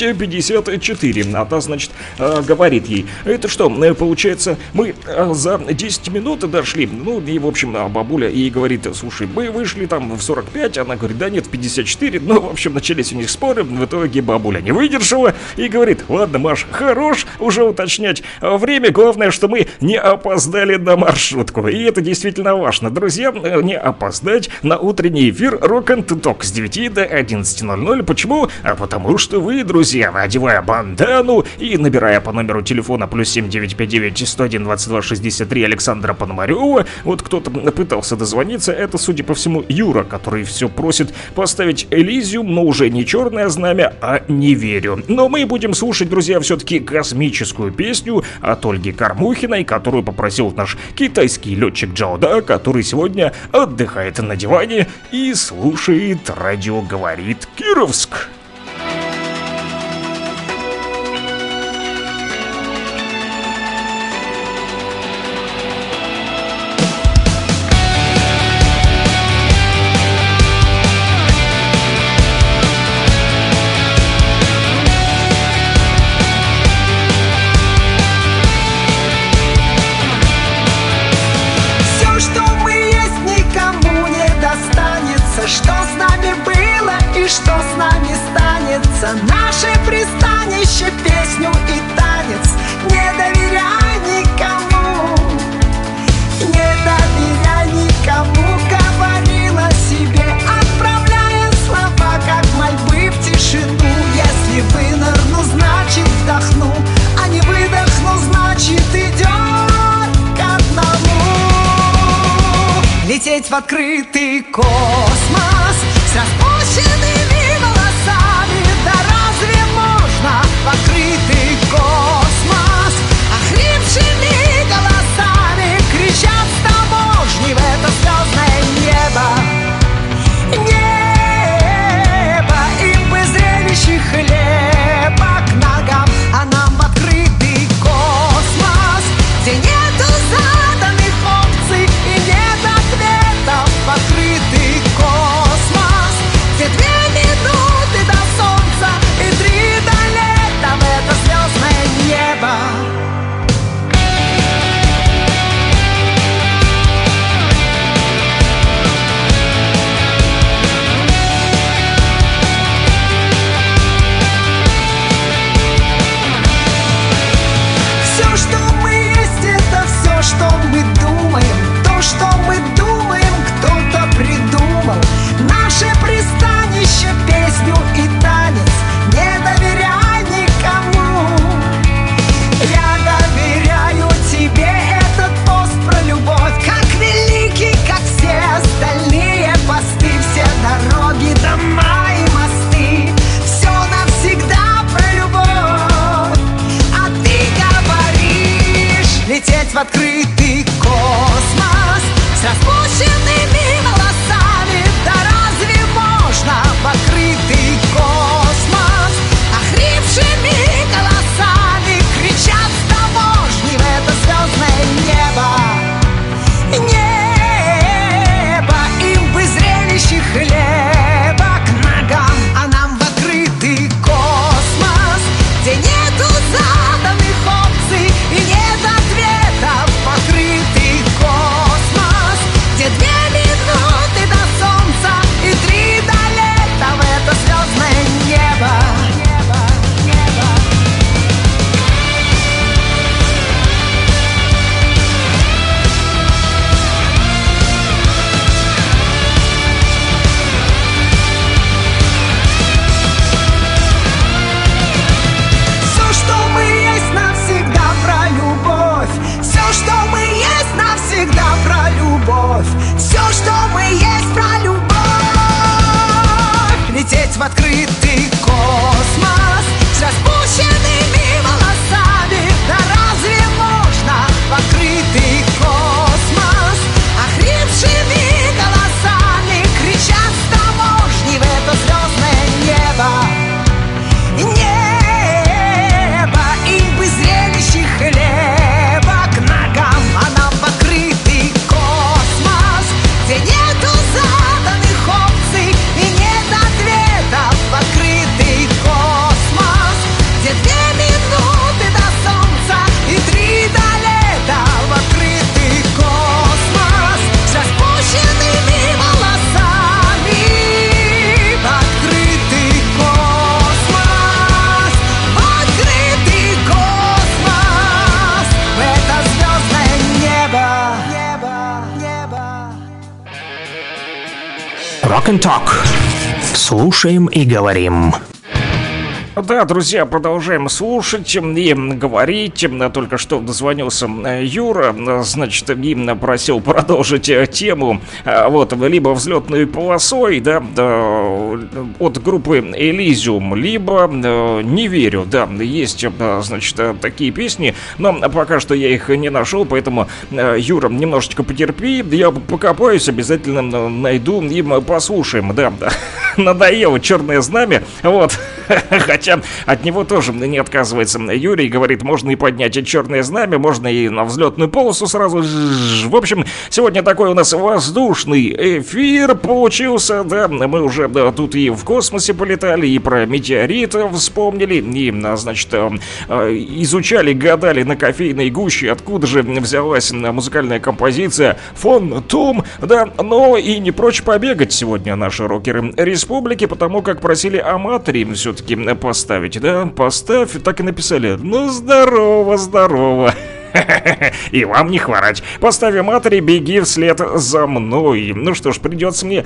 A: 9:54, а та, значит, говорит ей, это что, получается, мы за 10 минут дошли, ну, и, в общем, бабуля ей говорит, слушай, мы вышли там в 45, она говорит, да нет, в 54, ну, в общем, начались у них споры, в итоге бабуля не выдержала и говорит, ладно, Маш, хорош уже уточнять время, главное, что мы не опоздали на маршрутку, и это действительно важно, друзья, не опоздать на утренний эфир Rock and Talk с 9 до 11:00. Почему? А потому что вы, друзья, одевая бандану и набирая по номеру телефона +7 959 101 22 63 Александра Пономарева, вот кто-то пытался дозвониться, это, судя по всему, Юра, который все просит поставить Элизиум, но уже не черное знамя, а не верю. Но мы будем слушать, друзья, все-таки космическую песню от Ольги Кормухиной, которую попросил наш китайский летчик Джаода, который сегодня отдыхает на диване и слушает радио «Говорит Кировск».
E: Наше пристанище, песню и танец. Не доверяй никому, не доверяй никому, говорила себе, отправляя слова, как мольбы в тишину. Если вынырну, значит вдохну, а не выдохну, значит идет к одному. Лететь в открытый космос с распущенными волосами. Да разве можно в открытый космос охрипшими голосами кричат с таможни в это звездное небо? Небо, им бы зрелище хлеба к ногам, а нам в открытый космос, где нету заданных опций и нет ответов. В открытый космос, где 2 минуты до с распущенными волосами. Да разве можно в открытый космос? Охрипшими голосами кричат с таможни в это звездное небо. Небо, им бы зрелище хлеба к ногам, а нам в открытый космос, где нету заданных опций и нет ответов. В открытый космос, где 2 минуты до солнца и 3 до лета в это звездное небо. Все, что мы есть, навсегда про любовь. Все, что мы есть, навсегда про любовь. Все, что мы есть, про любовь. Лететь в открытый космос с распущенными волосами. Да разве можно в открытый космос? Охрипшими голосами кричат с таможни в это звездное небо. Небо, им бы зрелище хлеба к ногам, а нам в открытый космос, где нету заданных опций и нет ответов. В открытый космос, где 2 минуты до солнца и 3 до лета. В открытый космос с распущенными волосами. В открытый космос, в открытый космос, в это звездное небо.
D: Rock and Talk. Слушаем и говорим.
A: Да, друзья, продолжаем слушать и говорить. Только что дозвонился Юра, значит, и просил продолжить тему вот, либо взлетной полосой, да, от группы Elysium, либо Не верю, да, есть, значит, такие песни, но пока что я их не нашел, поэтому, Юра, немножечко потерпи, я покопаюсь, обязательно найду и послушаем, да. Надоело «Черное знамя», вот, хотя от него тоже не отказывается Юрий, говорит, можно и поднять «Черное знамя», можно и на взлетную полосу сразу. В общем, сегодня такой у нас воздушный эфир получился, да, мы уже тут и в космосе полетали, и про метеорит вспомнили, и, значит, изучали, гадали на кофейной гуще, откуда же взялась музыкальная композиция «Фантом», да, но и не прочь побегать сегодня наши рокеры республики, потому как просили Аматори все-таки поставить, да, поставь, так и написали, ну здорово, здорово. И вам не хворать. Поставь Аматори, беги вслед за мной. Ну что ж, придется мне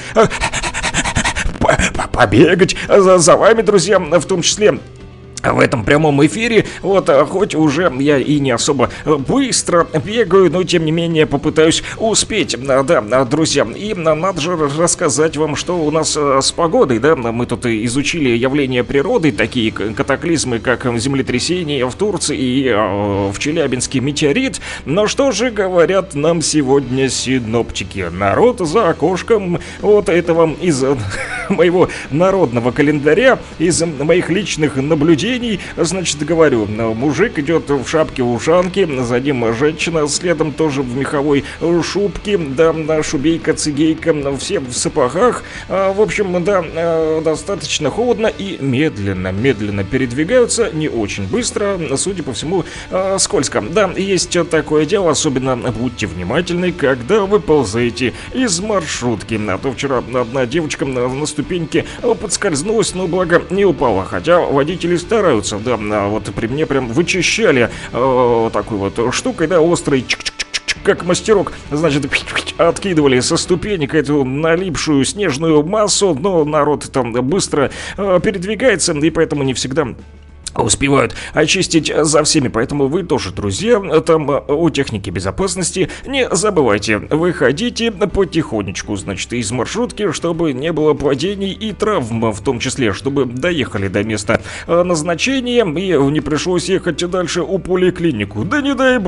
A: побегать за вами, друзья, в том числе в этом прямом эфире, вот, хоть уже я и не особо быстро бегаю, но тем не менее попытаюсь успеть, да, друзья, и надо же рассказать вам, что у нас с погодой, да, мы тут изучили явления природы, такие катаклизмы, как землетрясение в Турции и в Челябинске метеорит, но что же говорят нам сегодня синоптики? Народ за окошком, вот это вам из моего народного календаря, из моих личных наблюдений. Значит, говорю, мужик идет в шапке-ушанке, за ним женщина, следом тоже в меховой шубке, да, шубейка, цигейка, все в сапогах. В общем, да, достаточно холодно и медленно передвигаются, не очень быстро, судя по всему, скользко. Да, есть такое дело, особенно будьте внимательны, когда вы ползаете из маршрутки. А то вчера одна девочка на ступеньке подскользнулась, но благо не упала, хотя водители стараются, да, вот при мне прям вычищали такой вот штукой, да, острый, как мастерок, значит, откидывали со ступенек эту налипшую снежную массу, но народ там быстро передвигается, и поэтому не всегда успевают очистить за всеми, поэтому вы тоже, друзья, там о технике безопасности не забывайте. Выходите потихонечку, значит, из маршрутки, чтобы не было падений и травм, в том числе, чтобы доехали до места назначения и не пришлось ехать дальше у поликлинику. Да не дай бог,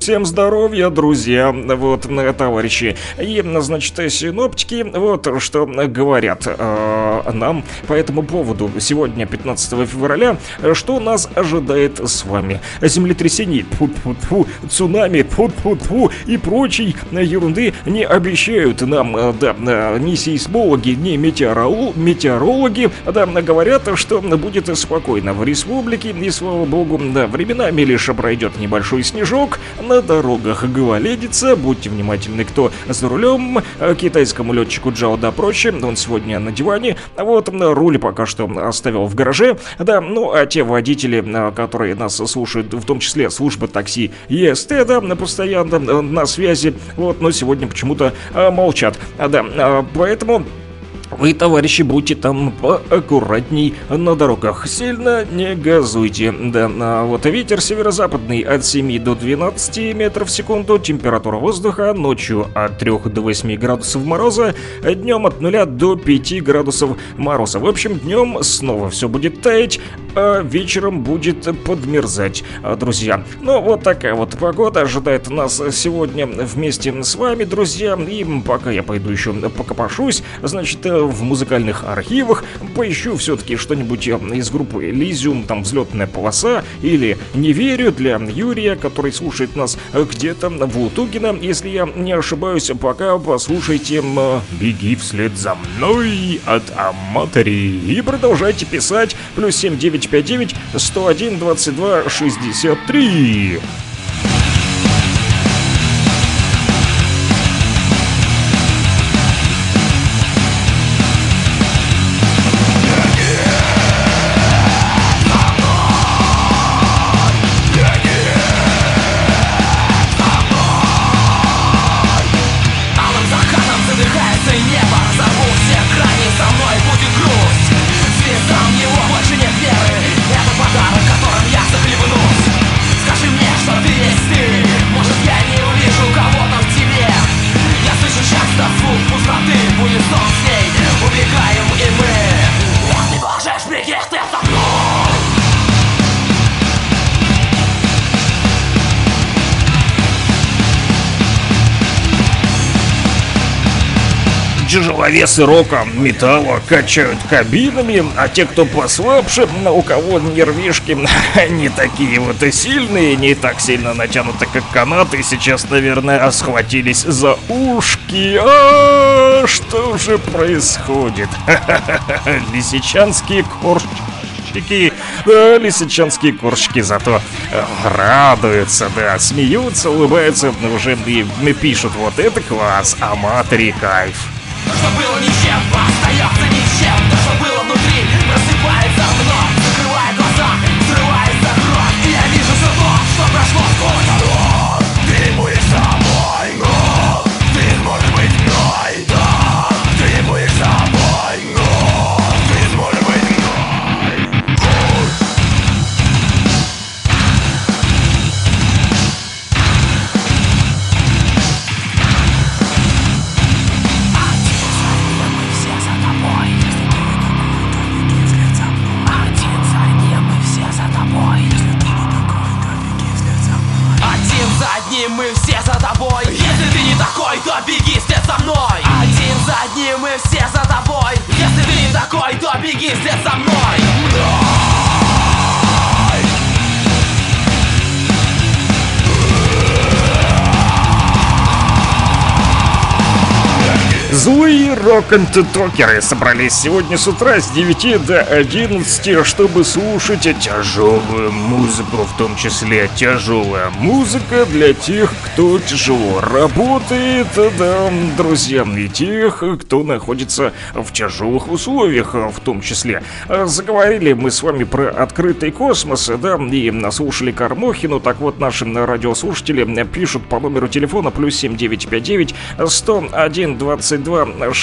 A: всем здоровья, друзья, вот, товарищи. И, значит, синоптики, вот, что говорят нам по этому поводу. Сегодня, 15 февраля, что нас ожидает с вами? Землетрясений, цунами, и прочей ерунды не обещают нам, да, ни сейсмологи, ни метеорологи, да, говорят, что будет спокойно в республике, и, слава богу, да, временами лишь пройдет небольшой снежок, на дорогах гололедица, будьте внимательны, кто за рулем, китайскому летчику Джао да проще, он сегодня на диване, вот, руль пока что оставил в гараже, да, ну, а те водители, которые нас слушают, в том числе служба такси ЕСТ, да, постоянно на связи, вот, но сегодня почему-то молчат, да, поэтому... Вы, товарищи, будьте там поаккуратней на дорогах, сильно не газуйте. Да, вот ветер северо-западный от 7 до 12 метров в секунду, температура воздуха ночью от 3 до 8 градусов мороза, днем от 0 до 5 градусов мороза. В общем, днем снова все будет таять, а вечером будет подмерзать, друзья. Ну, вот такая вот погода ожидает нас сегодня вместе с вами, друзья. И пока я пойду еще покопошусь, значит, в музыкальных архивах, поищу все-таки что-нибудь из группы Elysium, там «Взлетная полоса» или «Не верю» для Юрия, который слушает нас где-то в Лутугино. Если я не ошибаюсь, пока послушайте «Беги вслед за мной» от Аматори и продолжайте писать +7 959 101 22 63. Тяжеловесы рока, металла качают кабинами, а те, кто послабше, у кого нервишки не такие вот и сильные, не так сильно натянуты, как канаты, сейчас, наверное, схватились за ушки. А что же происходит? Лисичанские корчики. Да, лисичанские корчики зато радуются, да, смеются, улыбаются, уже и пишут: вот это класс, Аматори кайф.
F: То, что было ничем, остается ничем. То, что было внутри, просыпается вновь. Закрывая глаза, взрывается кровь. И я вижу все то, что прошло сквозь оно. Ты будешь со мной, но ты сможешь быть мной, да. Ты будешь со мной, но ты сможешь быть мной. Мы все за тобой. Если ты не такой, то беги вслед за мной. Один за одним мы все за тобой. Если ты не такой, то беги вслед за мной.
A: Злые рок-н-токеры собрались сегодня с утра с 9 до 11, чтобы слушать тяжелую музыку, в том числе тяжелая музыка для тех, кто тяжело работает, да, друзья, и тех, кто находится в тяжелых условиях, в том числе. Заговорили мы с вами про открытый космос, да, и слушали Кормохину. Так вот, наши радиослушатели пишут по номеру телефона +7 959 101 22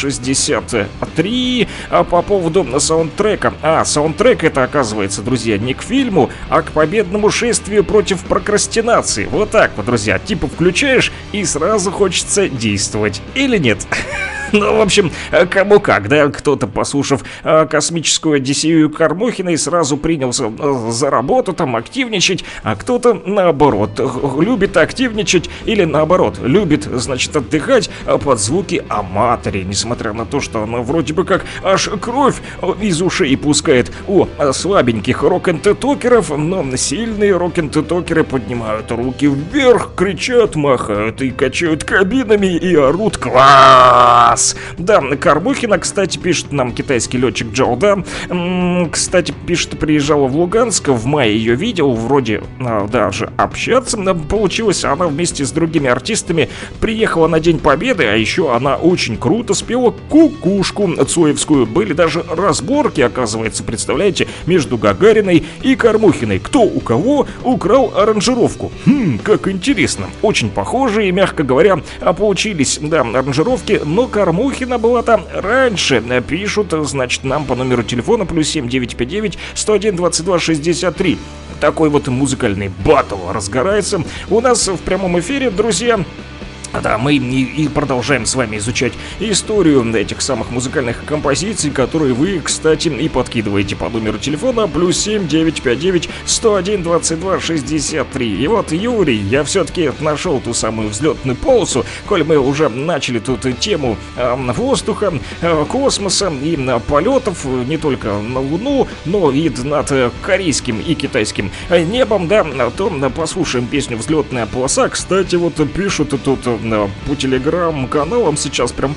A: 63 по поводу саундтрека. Саундтрек это, оказывается, друзья, не к фильму, а к победному шествию против прокрастинации. Вот так вот, друзья, типа включаешь и сразу хочется действовать. Или нет? Ну, в общем, кому как, да, кто-то, послушав космическую Одиссею Кормухиной, сразу принялся за работу, там, активничать, а кто-то, наоборот, любит активничать или, наоборот, любит, значит, отдыхать под звуки Аматори, несмотря на то, что она вроде бы как аж кровь из ушей пускает у слабеньких рок-н-токеров, но сильные рок-н-токеры поднимают руки вверх, кричат, махают и качают кабинами и орут «Класс!». Да, Кормухина, кстати, пишет нам китайский летчик Джоуда. Кстати, пишет, приезжала в Луганск, в мае ее видел, вроде даже общаться получилось. Она вместе с другими артистами приехала на День Победы, а еще она очень круто спела «Кукушку» цоевскую. Были даже разборки, оказывается, представляете, между Гагариной и Кормухиной. Кто у кого украл аранжировку. Как интересно. Очень похожие, мягко говоря, получились, да, аранжировки, но Кормухина была там раньше. Пишут, значит, нам по номеру телефона +7 959 101 22 63. Такой вот музыкальный баттл разгорается у нас в прямом эфире, друзья. Да, мы и продолжаем с вами изучать историю этих самых музыкальных композиций, которые вы, кстати, и подкидываете по номеру телефона +7 959 101 22 63. И вот, Юрий, я все-таки нашел ту самую взлетную полосу, коль мы уже начали тут тему воздуха, космоса и полетов не только на Луну, но и над корейским и китайским небом, да, то послушаем песню «Взлетная полоса». Кстати, вот пишут тут по телеграм-каналам сейчас прям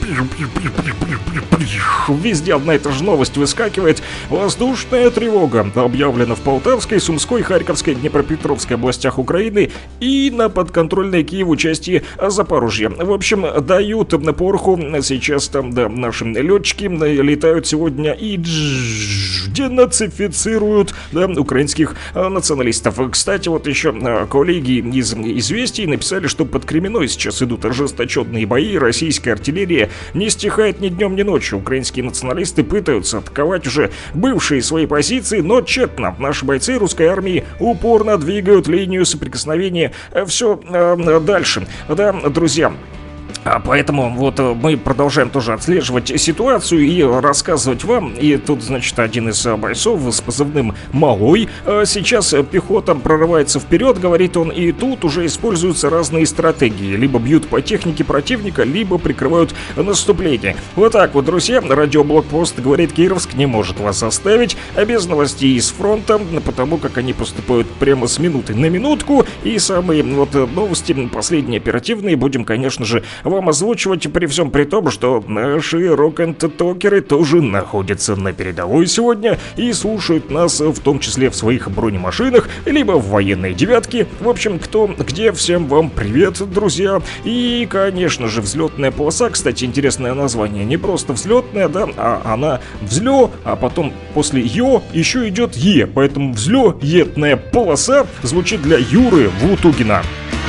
A: везде одна и та же новость выскакивает. Воздушная тревога объявлена в Полтавской, Сумской, Харьковской, Днепропетровской областях Украины и на подконтрольной Киеву части Запорожья. В общем, дают на пороху сейчас там, да, наши летчики летают сегодня и денацифицируют, да, украинских националистов. Кстати, вот еще коллеги из «Известий» написали, что под Кременной сейчас идут ожесточенные бои, российская артиллерия не стихает ни днем, ни ночью. Украинские националисты пытаются атаковать уже бывшие свои позиции, но тщетно. Наши бойцы русской армии упорно двигают линию соприкосновения все дальше. Да, друзья. Поэтому вот мы продолжаем тоже отслеживать ситуацию и рассказывать вам. И тут, значит, один из бойцов с позывным «Малой». Сейчас пехота прорывается вперед, говорит он, и тут уже используются разные стратегии. Либо бьют по технике противника, либо прикрывают наступление. Вот так вот, друзья, радиоблокпост говорит Кировск не может вас оставить без новостей из фронта, потому как они поступают прямо с минуты на минутку. И самые вот новости, последние оперативные, будем, конечно же, вам озвучивать при всем при том, что наши рок-н-токеры тоже находятся на передовой сегодня и слушают нас в том числе в своих бронемашинах, либо в военной девятке. В общем, кто где, всем вам привет, друзья. И, конечно же, взлетная полоса, кстати, интересное название, не просто взлетная, да, а она взлё, а потом после ё еще идет е, поэтому взлёетная полоса звучит для Юры Вутугина.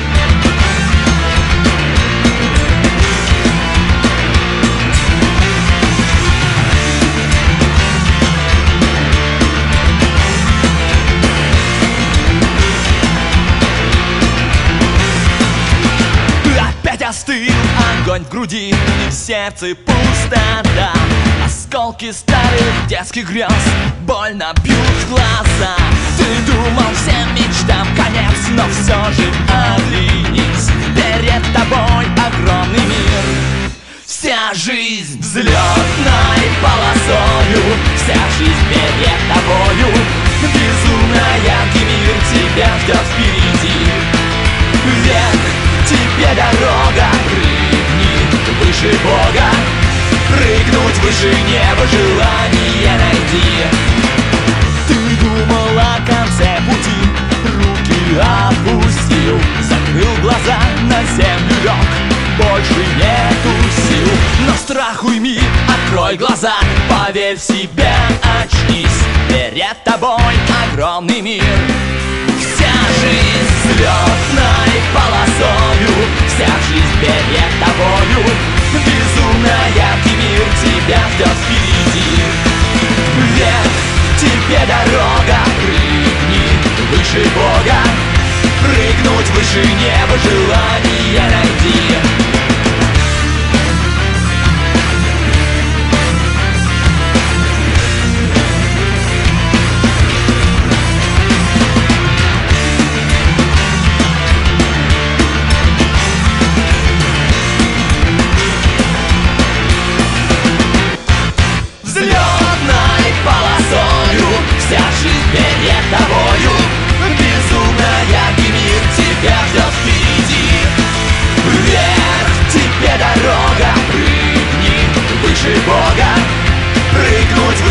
F: Остыл огонь в груди, в сердце пустота. Осколки старых детских грез больно бьют в глаза. Ты думал, всем мечтам конец, но все же оглянись. Перед тобой огромный мир. Вся жизнь взлетной полосою, вся жизнь перед тобою. Безумно яркий мир тебя ждет впереди. Вверх тебе дорога, прыгни выше Бога. Прыгнуть выше неба, желание найди. Ты думал о конце пути, руки опустил, закрыл глаза, на землю лег, больше нету сил. Но страх уйми, открой глаза, поверь в себя, очнись. Перед тобой огромный мир. Вся жизнь взлетной полосою, вся жизнь перед тобою. Безумно яркий мир тебя ждет впереди. Вверх тебе дорога, прыгни выше Бога. Прыгнуть выше неба, желание найди.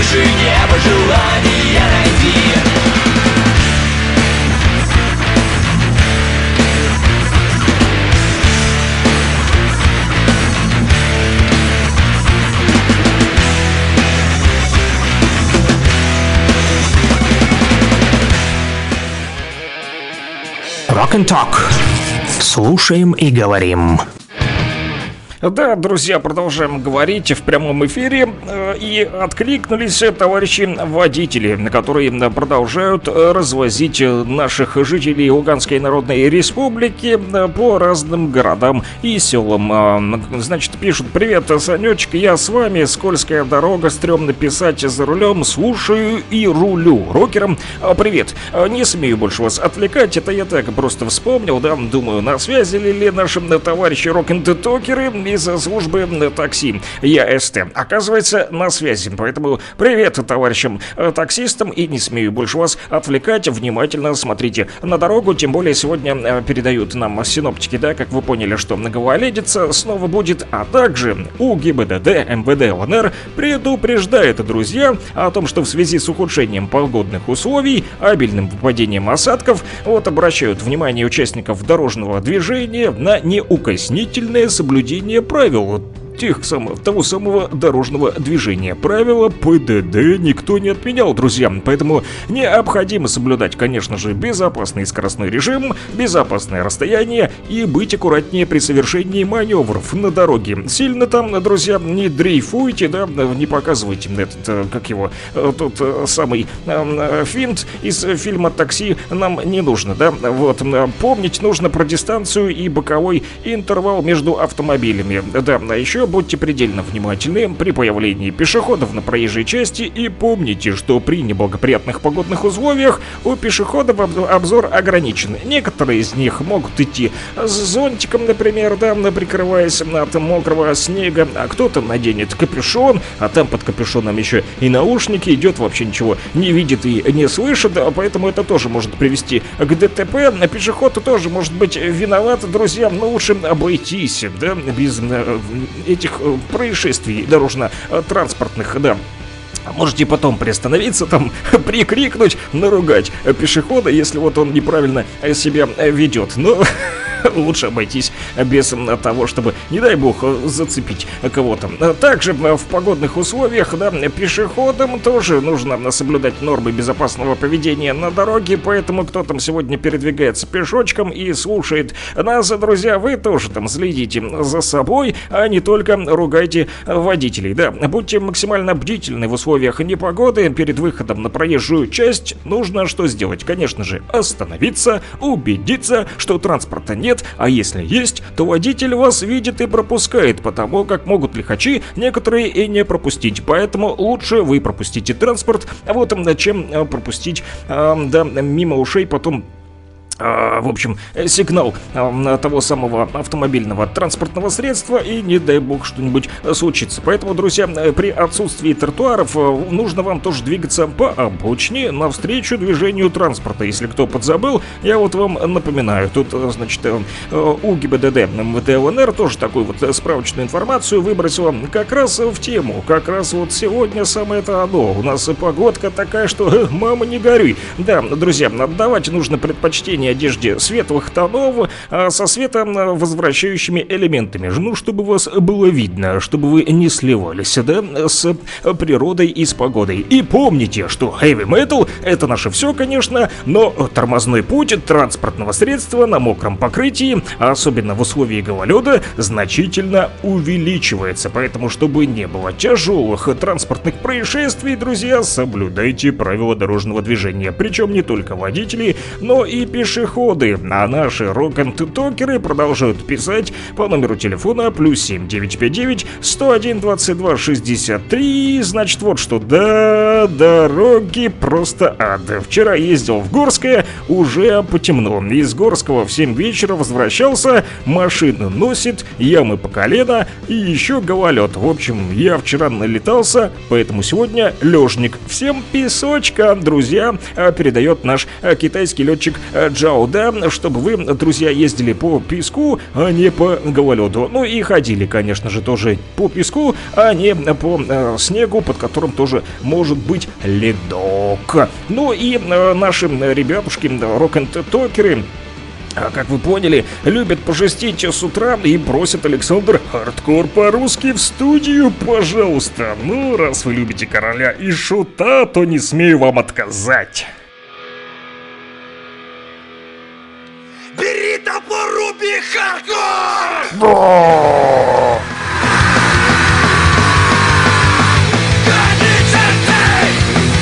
F: выше неба желание найти.
D: Rock and Talk. Слушаем и говорим.
A: Да, друзья, продолжаем говорить в прямом эфире. И откликнулись товарищи водители, которые продолжают развозить наших жителей Луганской Народной Республики по разным городам и селам. Значит, пишут: привет, Санечек, я с вами, скользкая дорога, стрёмно писать за рулем, слушаю и рулю. Рокерам привет, не смею больше вас отвлекать, это я так просто вспомнил, да, думаю, на связи ли наши товарищи рок-н-токеры из службы такси ЯСТ. Оказывается, на связи. Поэтому привет товарищам таксистам, и не смею больше вас отвлекать. Внимательно смотрите на дорогу. Тем более сегодня передают нам синоптики, да, как вы поняли, что гололедица снова будет. А также у ГИБДД МВД ЛНР предупреждает, друзья, о том, что в связи с ухудшением погодных условий, обильным выпадением осадков, обращают внимание участников дорожного движения на неукоснительное соблюдение правил того самого дорожного движения. Правила ПДД никто не отменял, друзья. Поэтому необходимо соблюдать, конечно же, безопасный скоростной режим, безопасное расстояние и быть аккуратнее при совершении маневров на дороге. Сильно там, друзья, не дрейфуйте, да, не показывайте этот, тот самый финт из фильма «Такси» нам не нужно, да. Помнить нужно про дистанцию и боковой интервал между автомобилями. Да, а еще будьте предельно внимательны при появлении пешеходов на проезжей части и помните, что при неблагоприятных погодных условиях у пешеходов обзор ограничен. Некоторые из них могут идти с зонтиком, например, да, прикрываясь от мокрого снега, а кто-то наденет капюшон, а там под капюшоном еще и наушники, идет, вообще ничего не видит и не слышит, поэтому это тоже может привести к ДТП. Пешеход тоже может быть виноват, друзья, но лучше обойтись, да, без этих происшествий дорожно-транспортных, да. Можете потом приостановиться, там, прикрикнуть, наругать пешехода, если он неправильно себя ведет. Но лучше обойтись без того, чтобы, не дай бог, зацепить кого-то. Также в погодных условиях, да, пешеходам тоже нужно соблюдать нормы безопасного поведения на дороге, поэтому кто там сегодня передвигается пешочком и слушает нас, друзья, вы тоже там следите за собой, а не только ругайте водителей, да. Будьте максимально бдительны в условиях непогоды. Перед выходом на проезжую часть нужно что сделать? Конечно же, остановиться, убедиться, что транспорта нет, а если есть, то водитель вас видит и пропускает, потому как могут лихачи некоторые и не пропустить. Поэтому лучше вы пропустите транспорт, чем пропустить мимо ушей потом в общем, сигнал того самого автомобильного транспортного средства, и не дай бог что-нибудь случится. Поэтому, друзья, при отсутствии тротуаров нужно вам тоже двигаться по обочине навстречу движению транспорта. Если кто подзабыл, я вам напоминаю. Тут, значит, у ГИБДД МВД ЛНР тоже такую справочную информацию выбросила как раз в тему. Как раз сегодня самое-то оно. У нас погодка такая, что мама не горюй. Да, друзья, отдавать нужно предпочтение одежде светлых тонов со световозвращающими элементами. Ну, чтобы вас было видно, чтобы вы не сливались, да, с природой и с погодой. И помните, что heavy metal — это наше все, конечно, но тормозной путь транспортного средства на мокром покрытии, особенно в условии гололеда, значительно увеличивается. Поэтому, чтобы не было тяжелых транспортных происшествий, друзья, соблюдайте правила дорожного движения. Причем не только водители, но и пешеходы. А наши рок-н-токеры продолжают писать по номеру телефона +7 959 101 22 63. Значит, вот что. Да, дороги просто ад. Вчера ездил в Горское, уже потемно. Из Горского в 7 вечера возвращался, машины носит, ямы по колено и еще гололед. В общем, я вчера налетался, поэтому сегодня лежник. Всем песочка, друзья, передает наш китайский летчик Джао, да, чтобы вы, друзья, ездили по песку, а не по гололеду. Ну и ходили, конечно же, тоже по песку, а не по снегу, под которым тоже может быть ледок. Ну и наши ребятушки, рок-н-токеры, как вы поняли, любят пожестить с утра и просят: Александр, хардкор по-русски в студию, пожалуйста. Ну, раз вы любите короля и шута, то не смею вам отказать.
F: Бери топор, руби хардкор! Гони чертей!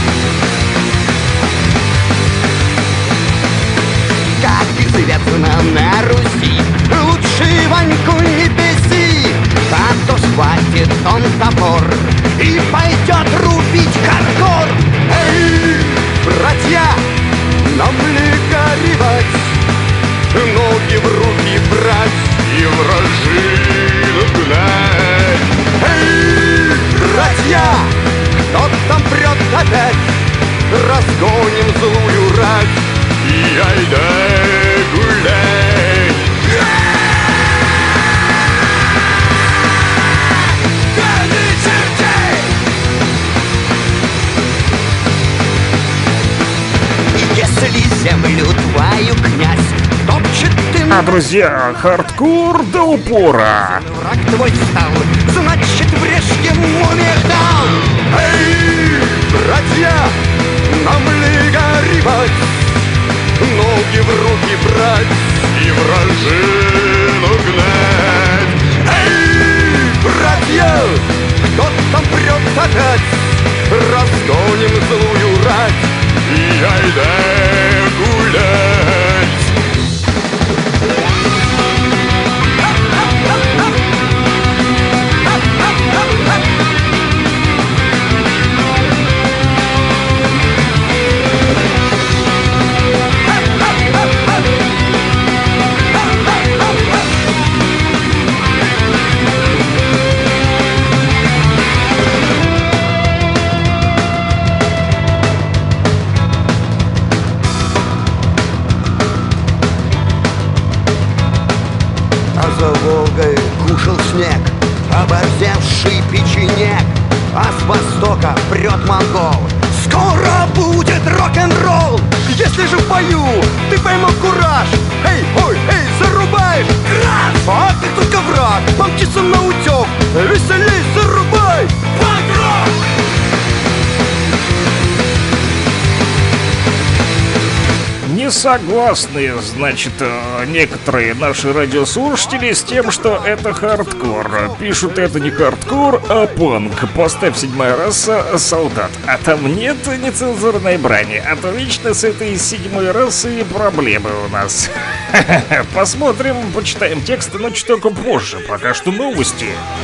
E: Как известно на Руси, лучше Ваньку не беси, а то схватит он топор и пойдет рубить хардкор. Эй, братья, нам ли горевать, ноги в руки брать и вражину гнать? Эй, братья, кто там прет опять, разгоним злую рать и айда гулять.
F: Гони чертей!
E: Если землю твою князь топчет ты,
A: Друзья, хардкор до упора.
E: враг твой стал, значит врежь ему металл. Эй, братья, нам ли горевать, ноги в руки брать и вражину гнать? Эй, братья, кто там прет опять, разгоним злую рать и айда гулять. За Волгой кушал снег оборзевший печенек, а с востока прет монгол. Скоро будет рок-н-ролл. Если же в бою ты поймал кураж, эй, ой, эй, зарубаешь краш. А ты только враг, помчится на утек, веселей зарубай панк-рок.
A: Не согласны, значит, некоторые наши радиослушатели с тем, что это хардкор. Пишут, это не хардкор, а панк. Поставь 7-я раса, солдат. А там нет нецензурной брани. А то вечно с этой 7-й расой проблемы у нас. Посмотрим, почитаем тексты, но чуть позже. Пока что новости.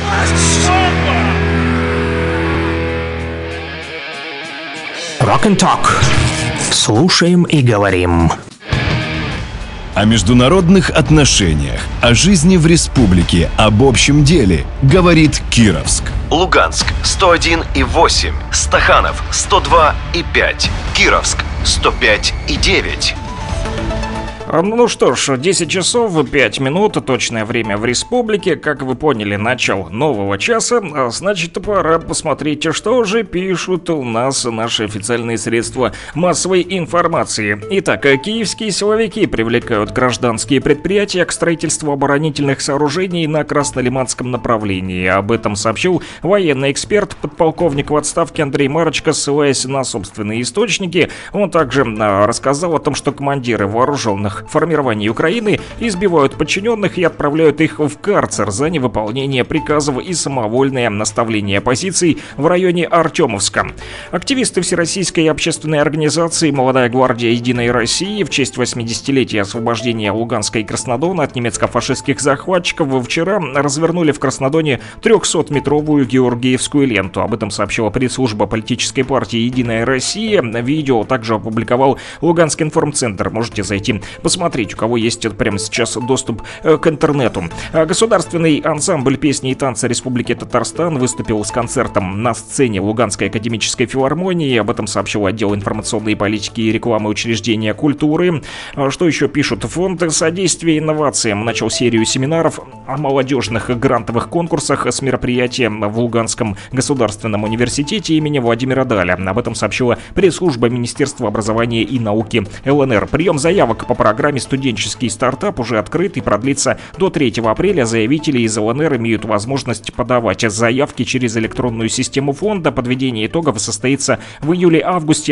D: Rock-and-Talk. Слушаем и говорим.
B: О международных отношениях, о жизни в республике, об общем деле говорит Кировск.
C: Луганск 101,8, Стаханов 102,5, Кировск 105,9.
A: Ну что ж, 10 часов 5 минут, точное время в республике. Как вы поняли, начало нового часа, значит, пора посмотреть, что же пишут у нас наши официальные средства массовой информации. Итак, киевские силовики привлекают гражданские предприятия к строительству оборонительных сооружений на Краснолиманском направлении. Об этом сообщил военный эксперт, подполковник в отставке Андрей Марочка, ссылаясь на собственные источники. Он также рассказал о том, что командиры вооруженных формирований Украины избивают подчиненных и отправляют их в карцер за невыполнение приказов и самовольное наставление позиций в районе Артемовска. Активисты Всероссийской общественной организации «Молодая гвардия Единой России» в честь 80-летия освобождения Луганска и Краснодона от немецко-фашистских захватчиков вчера развернули в Краснодоне 300-метровую георгиевскую ленту. Об этом сообщила пресс-служба политической партии «Единая Россия». Видео также опубликовал Луганский информцентр. Можете зайти посмотреть, у кого есть прямо сейчас доступ к интернету. Государственный ансамбль песни и танца Республики Татарстан выступил с концертом на сцене Луганской академической филармонии. Об этом сообщил отдел информационной политики и рекламы учреждения культуры. Что еще пишут? Фонд содействия инновациям начал серию семинаров о молодежных грантовых конкурсах с мероприятием в Луганском государственном университете имени Владимира Даля. Об этом сообщила пресс-служба Министерства образования и науки ЛНР. Прием заявок по программе «Студенческий стартап» уже открыт и продлится до 3 апреля. Заявители из ЛНР имеют возможность подавать заявки через электронную систему фонда. Подведение итогов состоится в июле-августе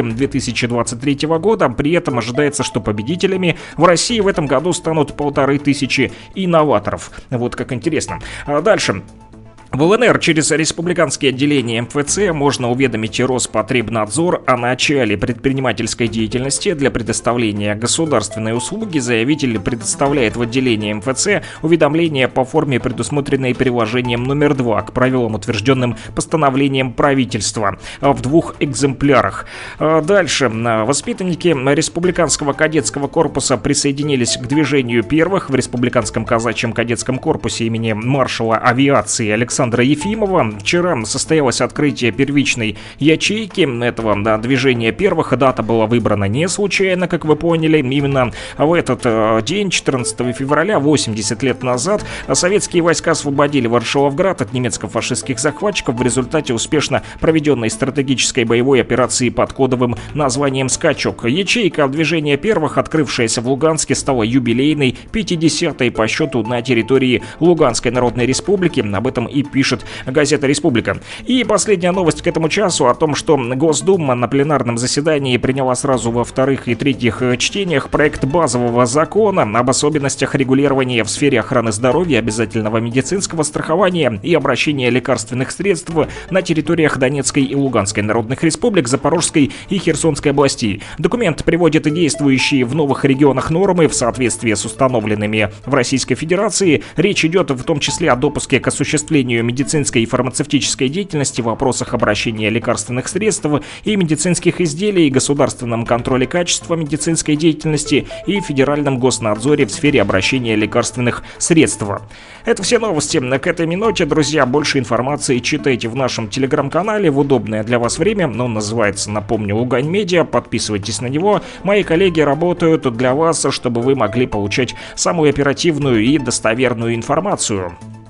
A: 2023 года. При этом ожидается, что победителями в России в этом году станут 1500 инноваторов. Вот как интересно. Дальше. В ЛНР через республиканские отделения МФЦ можно уведомить Роспотребнадзор о начале предпринимательской деятельности. Для предоставления государственной услуги заявитель предоставляет в отделении МФЦ уведомление по форме, предусмотренной приложением номер 2 к правилам, утвержденным постановлением правительства, в 2 экземплярах. Дальше. Воспитанники Республиканского кадетского корпуса присоединились к движению первых в Республиканском казачьем кадетском корпусе имени маршала авиации Александра Ефимова. Вчера состоялось открытие первичной ячейки этого движения первых. Дата была выбрана не случайно, как вы поняли. Именно в этот день, 14 февраля, 80 лет назад, советские войска освободили Варшавоград от немецко-фашистских захватчиков в результате успешно проведенной стратегической боевой операции под кодовым названием «Скачок». Ячейка движения первых, открывшаяся в Луганске, стала юбилейной 50-й по счету на территории Луганской Народной Республики. Об этом и пишет газета «Республика». И последняя новость к этому часу о том, что Госдума на пленарном заседании приняла сразу во вторых и третьих чтениях проект базового закона об особенностях регулирования в сфере охраны здоровья, обязательного медицинского страхования и обращения лекарственных средств на территориях Донецкой и Луганской Народных Республик, Запорожской и Херсонской областей. Документ приводит действующие в новых регионах нормы в соответствии с установленными в Российской Федерации. Речь идет в том числе о допуске к осуществлению медицинской и фармацевтической деятельности в вопросах обращения лекарственных средств и медицинских изделий, государственном контроле качества медицинской деятельности и федеральном госнадзоре в сфере обращения лекарственных средств. Это все новости к этой минуте, друзья. Больше информации читайте в нашем телеграм-канале в удобное для вас время. Он называется, напомню, Лугань Медиа. Подписывайтесь на него. Мои коллеги работают для вас, чтобы вы могли получать самую оперативную и достоверную информацию.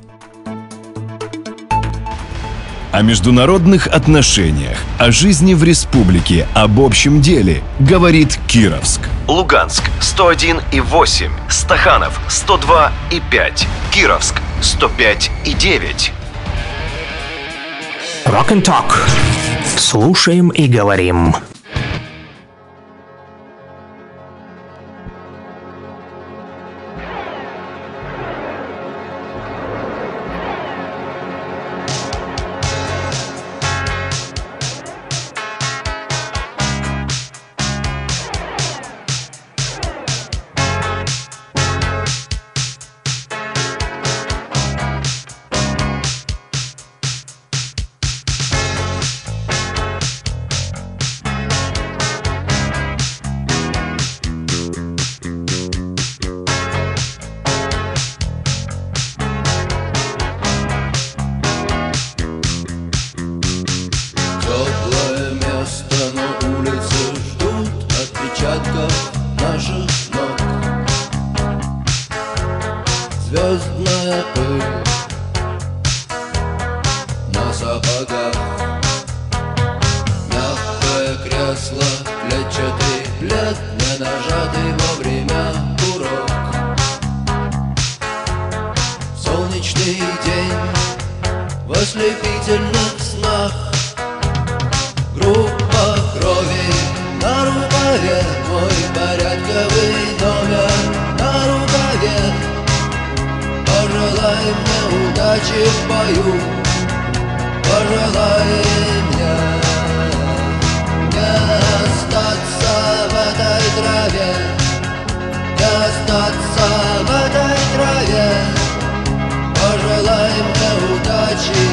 B: О международных отношениях, о жизни в республике, об общем деле говорит Кировск.
C: Луганск 101,8, Стаханов 102,5, Кировск 105,9.
D: Rock and Talk. Слушаем и говорим.
G: Звездная пыль на сапогах, мягкое кресло, клетчатый плед, не нажатый во время урок. Солнечный день в ослепительных снах, группа крови на рукаве, мой порядковый номер на рукаве. Пожелай мне удачи в бою, пожелай мне не остаться в этой траве, не остаться в этой траве. Пожелай мне удачи,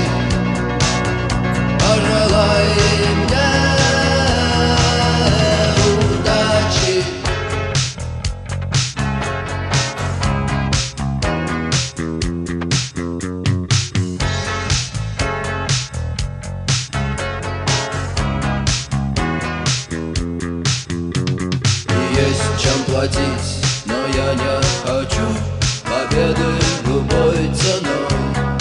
G: пожелай мне удачи. схватить, но я не хочу победы любой ценой.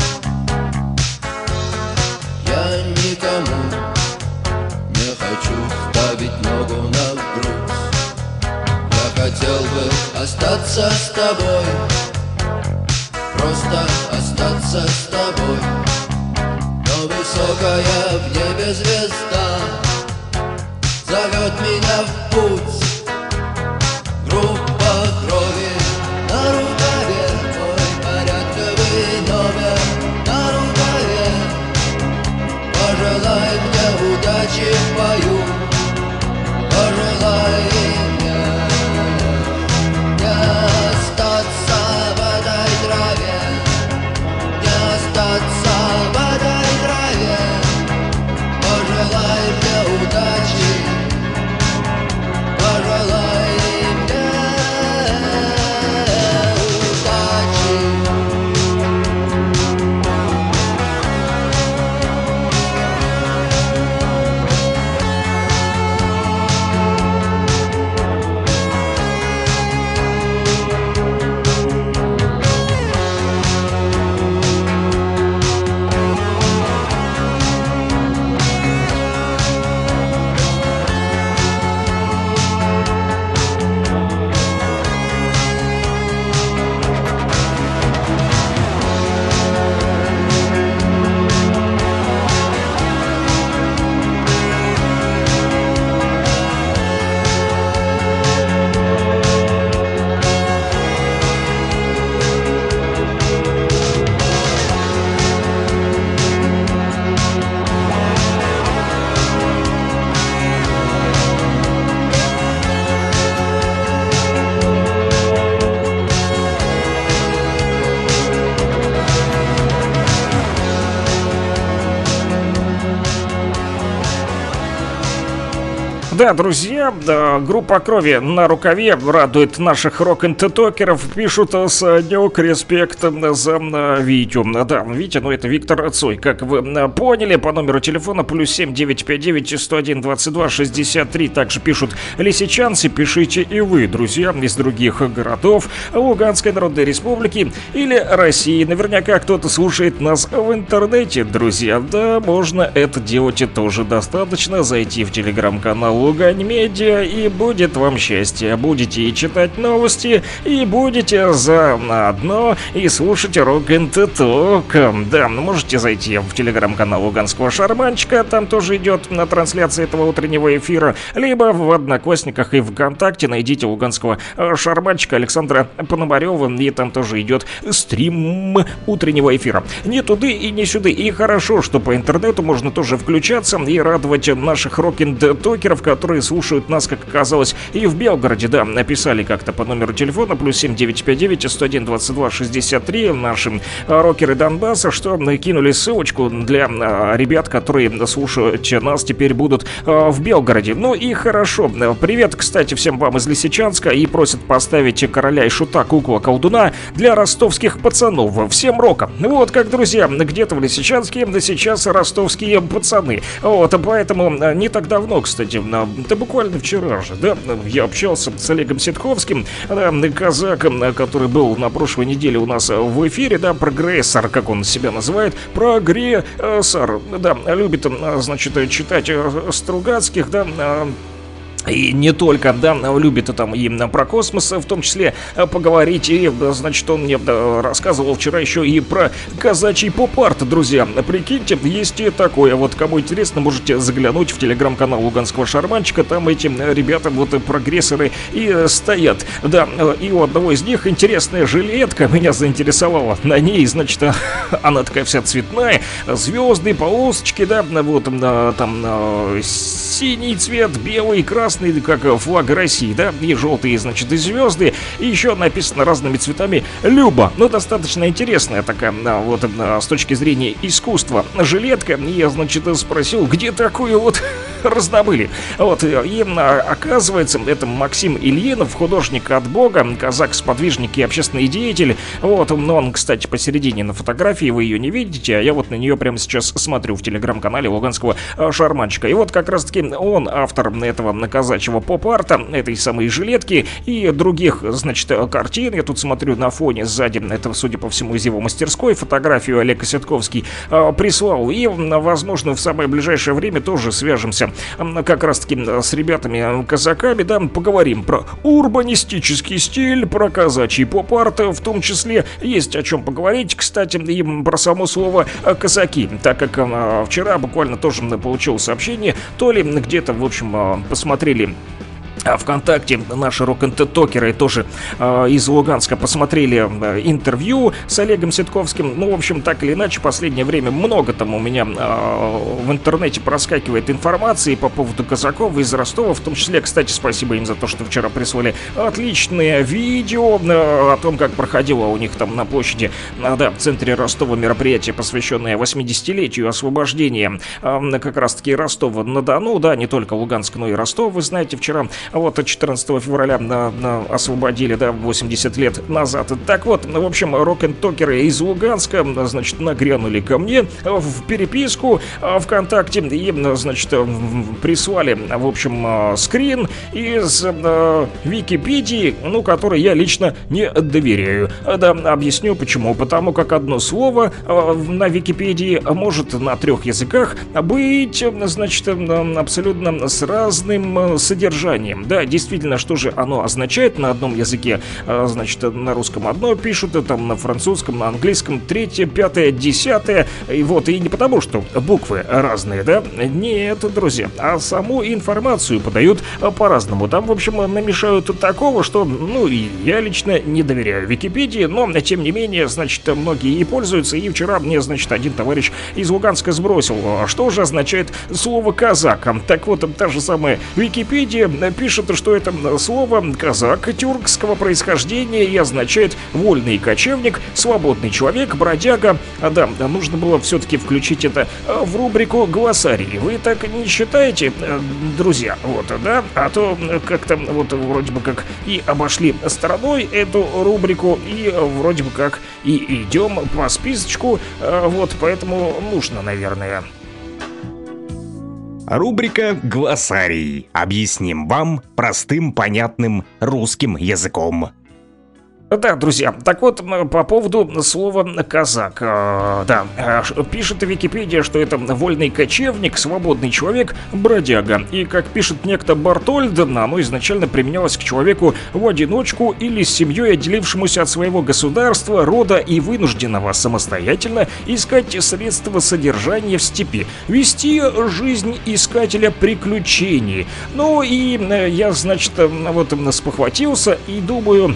G: Я никому не хочу ставить ногу на грудь. Я хотел бы остаться с тобой, просто остаться с тобой. Но высокая в небе звезда зовет меня в путь. Группа крови на рукаве, мой порядковый номер на рукаве. Пожелай мне удачи в бою, пожелай мне не остаться в этой траве, не остаться в этой траве. Пожелай мне удачи, пожелай мне удачи.
A: Да, друзья, группа крови на рукаве радует наших рок-н-токеров. Пишут Санек, респект за Витю. Да, Витя, ну это Виктор Цой. Как вы поняли, по номеру телефона +7 959 101 22 63. Также пишут лисичанцы, пишите и вы, друзья, из других городов Луганской Народной Республики или России. Наверняка кто-то слушает нас в интернете, друзья. Да, можно это делать и тоже достаточно. Зайти в телеграм-канал Лугань Медиа, и будет вам счастье. Будете и читать новости, и будете заодно и слушать рок-н-ток. Да, можете зайти в телеграм-канал Луганского Шарманчика, там тоже идет на трансляции этого утреннего эфира, либо в Одноклассниках и ВКонтакте найдите Луганского Шарманчика Александра Пономарева, и там тоже идет стрим утреннего эфира. Не туды и не сюды, и хорошо, что по интернету можно тоже включаться и радовать наших рок-н-токеров, которые слушают нас, как оказалось, и в Белгороде. Да, написали как-то по номеру телефона +7 959 101 22 63 наши рокеры Донбасса, что кинули ссылочку для ребят, которые слушают нас теперь будут в Белгороде. Ну и хорошо. Привет, кстати, всем вам из Лисичанска, и просят поставить Короля и Шута, Кукла-колдуна для ростовских пацанов. Всем рока. Вот как, друзья, где-то в Лисичанске сейчас ростовские пацаны. Вот, поэтому не так давно, кстати, да буквально вчера же, да, я общался с Олегом Ситковским, да, казаком, который был на прошлой неделе у нас в эфире, да, прогрессор, как он себя называет, прогрессор, да, любит, значит, читать Стругацких, да, и не только, да, любит там и про космос в том числе поговорить. И, значит, он мне рассказывал вчера еще и про казачий поп-арт, друзья. Прикиньте, есть и такое. Вот кому интересно, можете заглянуть в телеграм-канал Луганского Шарманчика. Там эти ребята, вот прогрессоры, и стоят. Да, и у одного из них интересная жилетка меня заинтересовала. На ней, значит, она такая вся цветная, звезды, полосочки, да, вот там синий цвет, белый, красный, как флаг России, да, и желтые, значит, и звезды, и еще написано разными цветами «Люба». Ну, достаточно интересная такая, вот, с точки зрения искусства жилетка. И я, значит, спросил, где такую вот раздобыли. Вот, и оказывается, это Максим Ильинов, художник от Бога, казак-сподвижник и общественный деятель. Вот, но он, кстати, посередине на фотографии, вы ее не видите, а я вот на нее прямо сейчас смотрю в телеграм-канале Луганского Шарманчика. И вот как раз-таки Он автор этого казачьего поп-арта, этой самой жилетки и других, значит, картин. Я тут смотрю на фоне сзади, это, судя по всему, из его мастерской, фотографию Олег Осетковский прислал. И, возможно, в самое ближайшее время тоже свяжемся как раз-таки с ребятами-казаками, да, поговорим про урбанистический стиль, про казачий поп-арт, в том числе есть о чем поговорить, кстати, и про само слово казаки, так как вчера буквально тоже получил сообщение, то ли где-то, в общем, посмотрели ВКонтакте, наши рок-н-токеры тоже из Луганска посмотрели интервью с Олегом Сетковским. Ну, в общем, так или иначе, в последнее время много там у меня в интернете проскакивает информации по поводу казаков из Ростова. В том числе, кстати, спасибо им за то, что вчера прислали отличное видео о том, как проходило у них там на площади, да, в центре Ростова мероприятие, посвященное 80-летию освобождения как раз-таки Ростова-на-Дону, да, не только Луганск, но и Ростов, вы знаете, вчера вот 14 февраля освободили, да, 80 лет назад. Так вот, в общем, рок-н-токеры из Луганска, значит, нагрянули ко мне в переписку ВКонтакте и, значит, прислали, в общем, скрин из Википедии, ну, который я лично не доверяю. Да, объясню почему. Потому как одно слово на Википедии может на 3 языках быть, значит, абсолютно с разным содержанием. Да, действительно, что же оно означает на одном языке? Значит, на русском одно пишут, там на французском, на английском 3, 5, 10. И вот, и не потому, что буквы разные, да? Нет, друзья, а саму информацию подают по-разному. Там, в общем, намешают такого, что, ну, я лично не доверяю Википедии, но, тем не менее, значит, многие и пользуются. И вчера мне, значит, один товарищ из Луганска сбросил, что же означает слово «казак». Так вот, та же самая Википедия пишет, что это слово «казак» тюркского происхождения и означает «вольный кочевник», «свободный человек», «бродяга». Да, нужно было все-таки включить это в рубрику «Глоссарий». Вы так не считаете, друзья? Вот, да? А то как-то вот вроде бы как и обошли стороной эту рубрику, и вроде бы как и идем по списочку. Вот, поэтому нужно, наверное.
D: Рубрика «Глоссарий». Объясним вам простым, понятным русским языком.
A: Да, друзья, так вот, по поводу слова «казак». Да, пишет Википедия, что это вольный кочевник, свободный человек, бродяга. И, как пишет некто Бартольд, оно изначально применялось к человеку в одиночку или с семьей, отделившемуся от своего государства, рода и вынужденного самостоятельно искать средства содержания в степи, вести жизнь искателя приключений. Ну и я, значит, вот спохватился и думаю...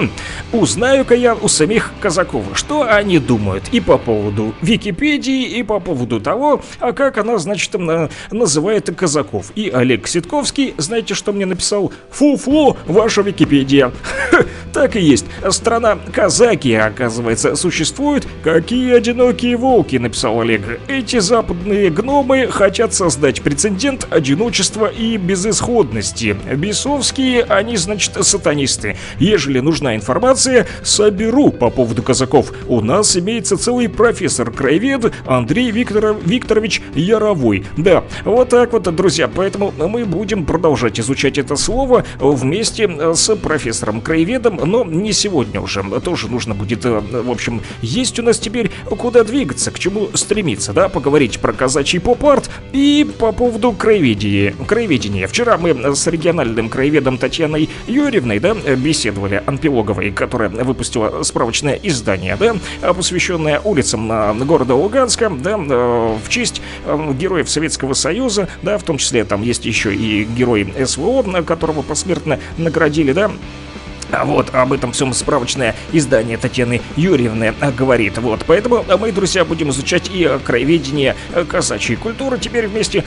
A: Узнаю-ка я у самих казаков, что они думают и по поводу Википедии, и по поводу того, как она, значит, называет казаков. И Олег Сетковский, знаете, что мне написал? Фу-фу, ваша Википедия. Так и есть. Страна казаки, оказывается, существует. Какие одинокие волки, написал Олег. Эти западные гномы хотят создать прецедент одиночества и безысходности. Бесовские, они, значит, сатанисты. Ежели нужна информация, соберу по поводу казаков. У нас имеется целый профессор-краевед Андрей Викторович Яровой. Да, вот так вот, друзья. Поэтому мы будем продолжать изучать это слово вместе с профессором-краеведом, но не сегодня уже. Тоже нужно будет, в общем, есть у нас теперь куда двигаться, к чему стремиться, да, поговорить про казачий поп-арт и по поводу краеведения. Вчера мы с региональным краеведом Татьяной Юрьевной, да, беседовали, Анпилоговой, которая выпустила справочное издание, да, посвященное улицам города Луганска, да, в честь героев Советского Союза, да, в том числе там есть еще и герой СВО, которого посмертно наградили, да. Вот, об этом всем справочное издание Татьяны Юрьевны говорит. Вот, поэтому мы, друзья, будем изучать и краеведение казачьей культуры теперь вместе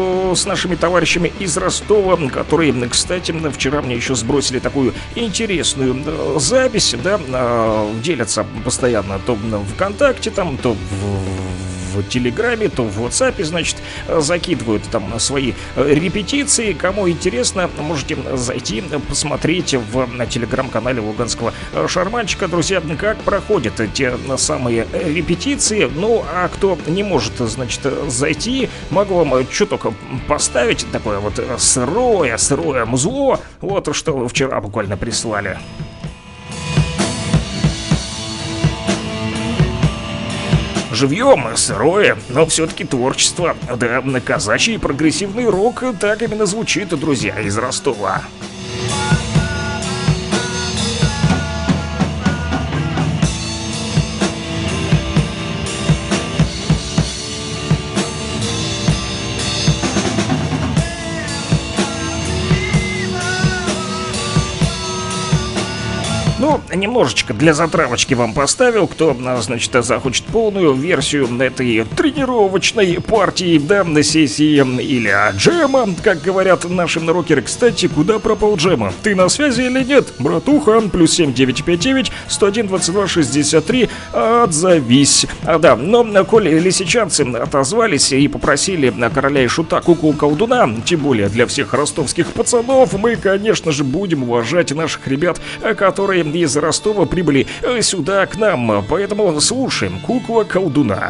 A: с нашими товарищами из Ростова, которые, кстати, вчера мне еще сбросили такую интересную запись, да, делятся постоянно то в ВКонтакте, там, то в в Телеграме, то в WhatsApp, значит, закидывают там свои репетиции. Кому интересно, можете зайти, посмотреть на телеграм-канале Луганского шарманщика, друзья, как проходят те самые репетиции. Ну, а кто не может, значит, зайти, могу вам что только поставить, такое вот сырое музло, вот что вчера буквально прислали. Живьем, сырое, но все-таки творчество. Да, казачий прогрессивный рок так именно звучит, друзья, из Ростова. Ну, немножечко для затравочки вам поставил. Кто, значит, захочет полную версию этой тренировочной партии, да, на сессии или джема, как говорят наши рокеры. Кстати, куда пропал джема? Ты на связи или нет? Братуха, +7 959 101 22 63, отзовись. Да, но коль лисичанцы отозвались и попросили короля и шута Куклу-колдуна, тем более для всех ростовских пацанов, мы, конечно же, будем уважать наших ребят, которые из Ростова прибыли сюда к нам. Поэтому слушаем Кукла-колдуна.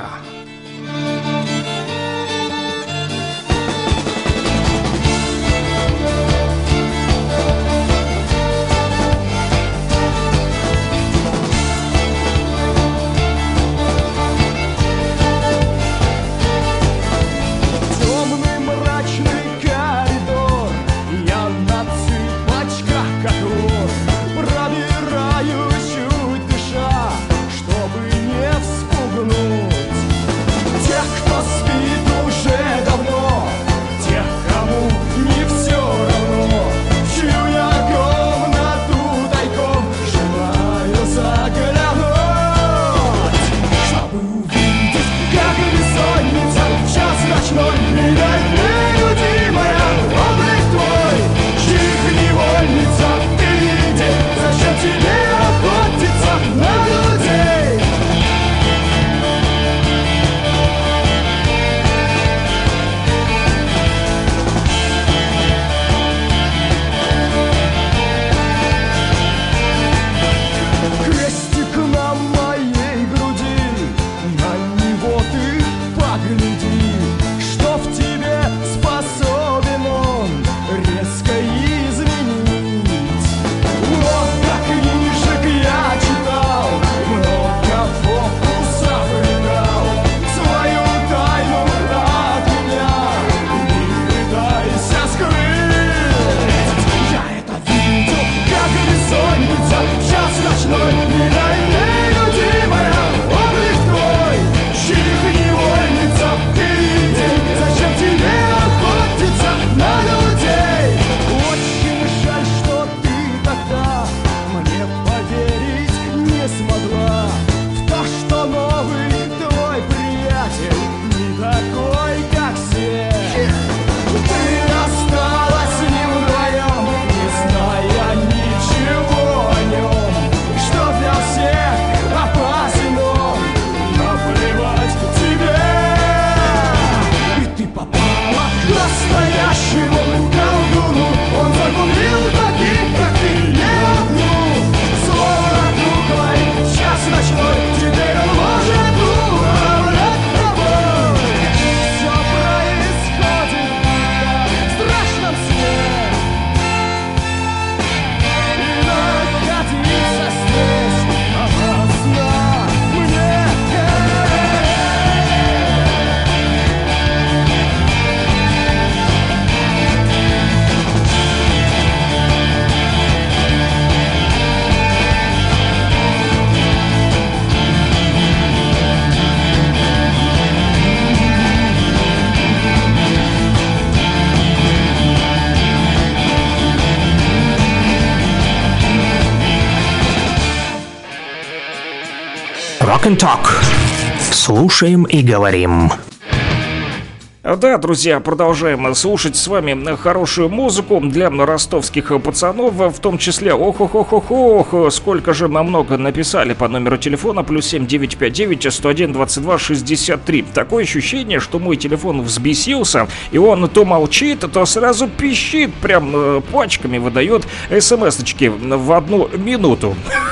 D: Rock and Talk. Слушаем и говорим.
A: Да, друзья, продолжаем слушать с вами хорошую музыку для ростовских пацанов, в том числе, ох, сколько же нам много написали по номеру телефона, +7 959 101 22 63. Такое ощущение, что мой телефон взбесился, и он то молчит, то сразу пищит, прям пачками выдает смс-очки в 1 минуту.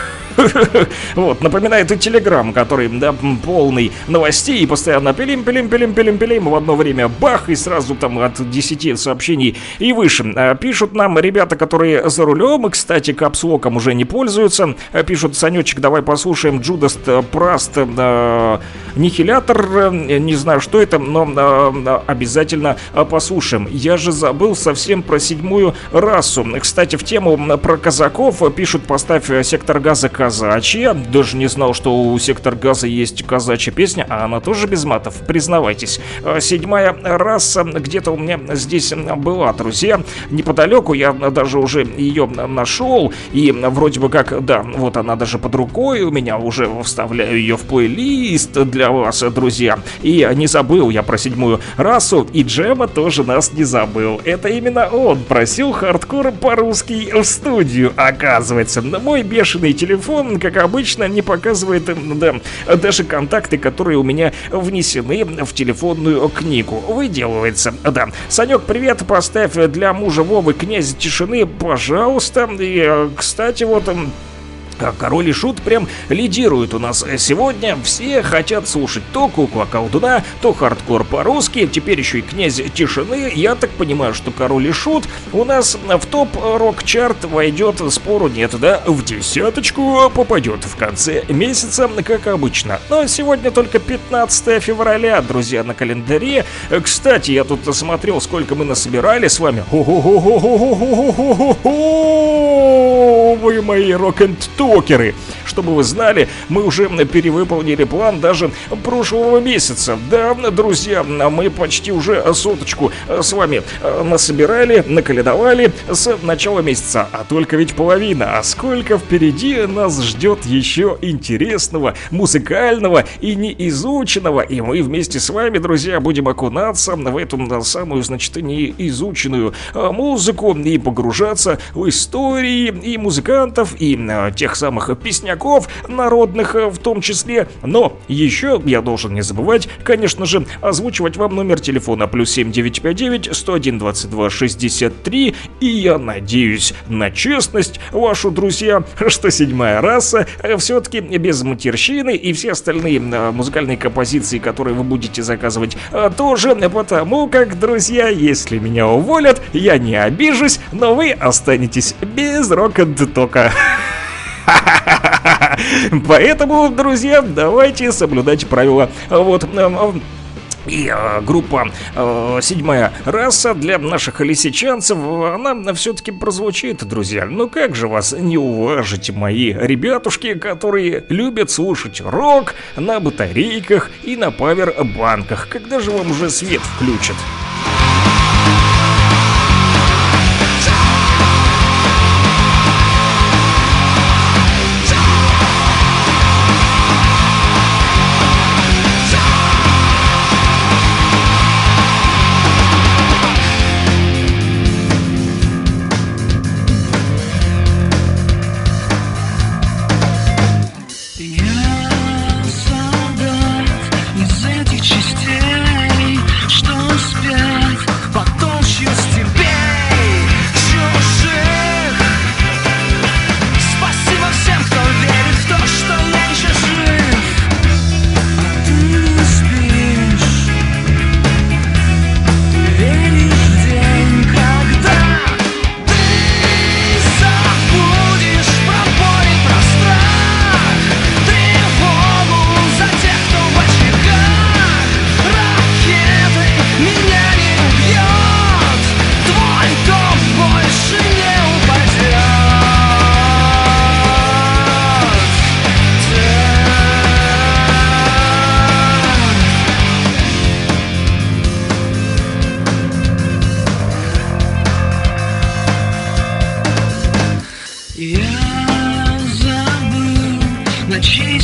A: Вот, напоминает и Телеграм, который, да, полный новостей, и постоянно пилим, в одно время бах, и сразу там от 10 сообщений и выше. Пишут нам ребята, которые за рулем, и, кстати, капслоком уже не пользуются. Пишут: Санечек, давай послушаем Judas Priest Нихилятор. Не знаю, что это, но обязательно послушаем. Я же забыл совсем про 7-ю расу. Кстати, в тему про казаков пишут: поставь «Сектор газа» казачья. Даже не знал, что у «Сектор газа» есть казачья песня, а она тоже без матов, признавайтесь. 7-я раса где-то у меня здесь была, друзья, неподалеку. Я даже уже ее нашел, и вроде бы как, да, вот она даже под рукой у меня, уже вставляю ее в плейлист для вас, друзья. И не забыл я про 7-ю расу, и Джема тоже нас не забыл. Это именно он просил хардкор по-русски в студию, оказывается. Мой бешеный телефон, как обычно, не показывает, да, даже контакты, которые у меня внесены в телефонную книгу. Выделывается, да. Санек, привет, поставь для мужа Вовы «Князь тишины», пожалуйста. И, кстати, вот... Король и Шут прям лидирует у нас сегодня. Все хотят слушать то Кукла Колдуна, то хардкор по-русски. Теперь еще и «Князь тишины». Я так понимаю, что Король и Шут у нас в топ-рок-чарт войдет, спору нет, да? В 10-очку попадет в конце месяца, как обычно. Но сегодня только 15 февраля, друзья, на календаре. Кстати, я тут смотрел, сколько мы насобирали с вами. Вы мои рок-н-токеры. Чтобы вы знали, мы уже перевыполнили план даже прошлого месяца. Да, друзья, мы почти уже 100-очку с вами насобирали, наколедовали с начала месяца. А только ведь половина. А сколько впереди нас ждет еще интересного, музыкального и неизученного. И мы вместе с вами, друзья, будем окунаться в эту самую, значит, неизученную музыку и погружаться в истории и музыкантов, и тех самых песняков народных в том числе. Но еще я должен не забывать, конечно же, озвучивать вам номер телефона +7 959 101 22 63. И я надеюсь на честность вашу, друзья, что 7-я раса все-таки без матерщины, и все остальные музыкальные композиции, которые вы будете заказывать, тоже, потому как, друзья, если меня уволят, я не обижусь, но вы останетесь без рок-н-тока. Поэтому, друзья, давайте соблюдать правила. Вот. И группа 7-я раса для наших лисичанцев, она все-таки прозвучит, друзья. Ну как же вас не уважить, мои ребятушки, которые любят слушать рок на батарейках и на павербанках. Когда же вам уже свет включат?
F: Что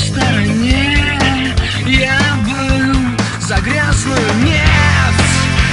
E: за грязную нефть.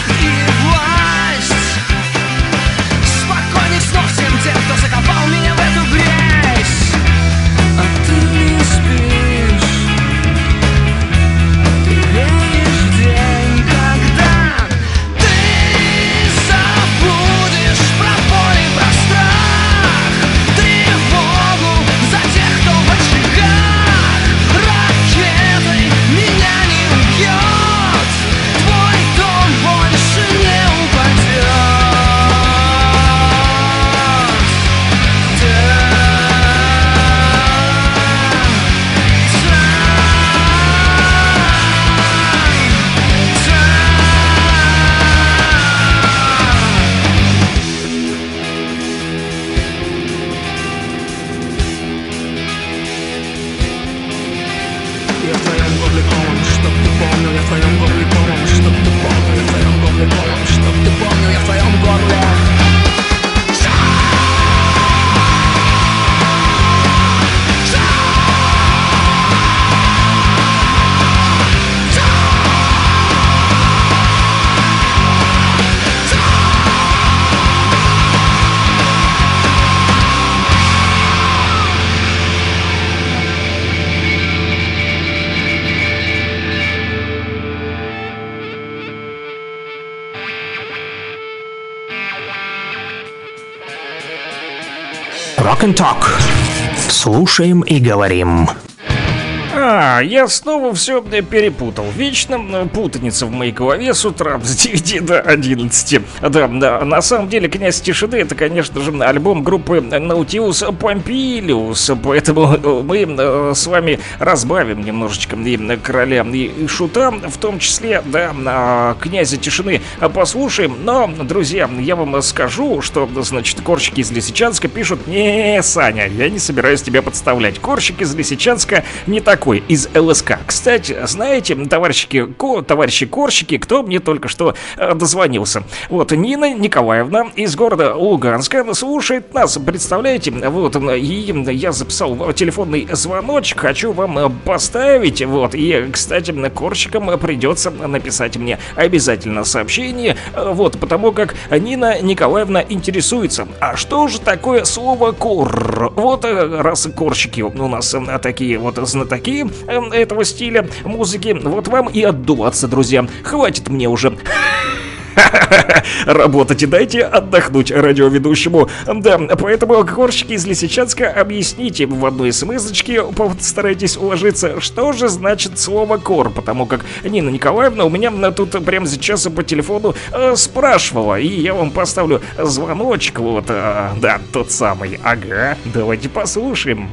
D: Rock and Talk. Слушаем и говорим.
A: Я снова все перепутал. Вечно путаница в моей голове с утра с 9 до 11. Да, на самом деле «Князь тишины» — это, конечно же, альбом группы Наутилус Помпилиус. Поэтому мы с вами разбавим немножечко и короля, и шута, в том числе, да, «Князя тишины» послушаем. Но, друзья, я вам скажу, что, значит, корщики из Лисичанска пишут: «Не, Саня, я не собираюсь тебя подставлять. Корщик из Лисичанска не такой, из ЛСК». Кстати, знаете, товарищи корщики, кто мне только что дозвонился? Вот, Нина Николаевна из города Луганска слушает нас, представляете? Вот, и я записал телефонный звоночек, хочу вам поставить, вот, и, кстати, корщикам придется написать мне обязательно сообщение, вот, потому как Нина Николаевна интересуется, а что же такое слово «кор»? Вот, раз корщики у нас такие вот знатоки этого стиля музыки, вот вам и отдуваться, друзья. Хватит мне уже работать, и дайте отдохнуть радиоведущему. Да, поэтому, корщики из Лисичанска, объясните в одной смс-очке, постарайтесь уложиться, что же значит слово «кор», потому как Нина Николаевна у меня тут прямо сейчас по телефону спрашивала, и я вам поставлю звоночек, вот, да, тот самый. Ага, давайте послушаем.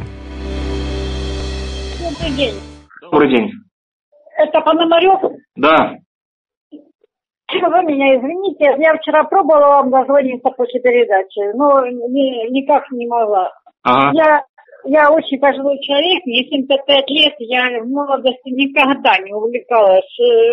H: Добрый день.
I: Добрый день.
H: Это Пономарев?
I: Да.
H: Вы меня извините, я вчера пробовала вам дозвониться после передачи, но никак не могла.
I: Ага.
H: Я очень пожилой человек, мне 75 лет, я в молодости никогда не увлекалась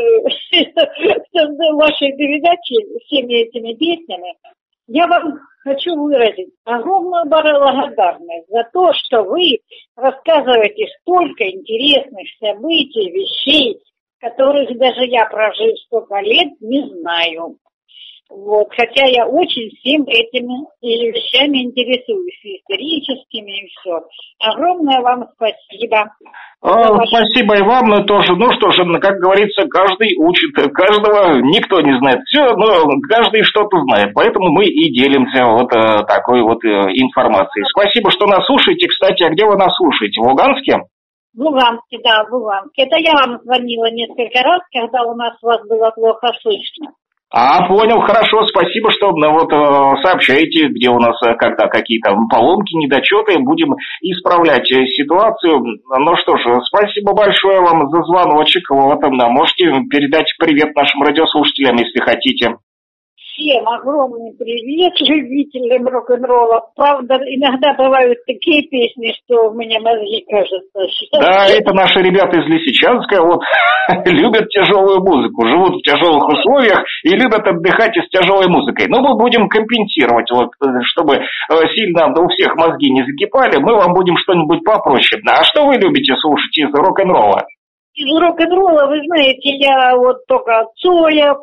H: вашей передачей, всеми этими песнями. Я вам хочу выразить огромную благодарность за то, что вы рассказываете столько интересных событий, вещей, которых даже я, прожив столько лет, не знаю. Вот, хотя я очень всем этими вещами интересуюсь, и историческими, и все. Огромное вам спасибо.
I: Спасибо и вам, но тоже. Ну что же, как говорится, каждый учит, каждого никто не знает все, но каждый что-то знает. Поэтому мы и делимся вот такой вот информацией. Спасибо, что нас слушаете. Кстати, а где вы нас слушаете? В Луганске?
H: В Луганске, да, в Луганске. Это я вам звонила несколько раз, когда у нас вас было плохо слышно.
I: Понял, хорошо, спасибо, что вот сообщаете, где у нас когда какие-то поломки, недочеты, будем исправлять ситуацию. Ну что ж, спасибо большое вам за звоночек, вот, можете передать привет нашим радиослушателям, если хотите.
H: Всем огромный привет любителям рок-н-ролла. Правда, иногда бывают такие песни, что у меня мозги, кажется.
I: Да, это наши ребята из Лисичанска, вот, любят тяжелую музыку, живут в тяжелых условиях и любят отдыхать с тяжелой музыкой. Но мы будем компенсировать, вот, чтобы сильно у всех мозги не закипали, мы вам будем что-нибудь попроще. А что вы любите слушать из рок-н-ролла?
H: Из рок-н-ролла, вы знаете, я вот только Цоя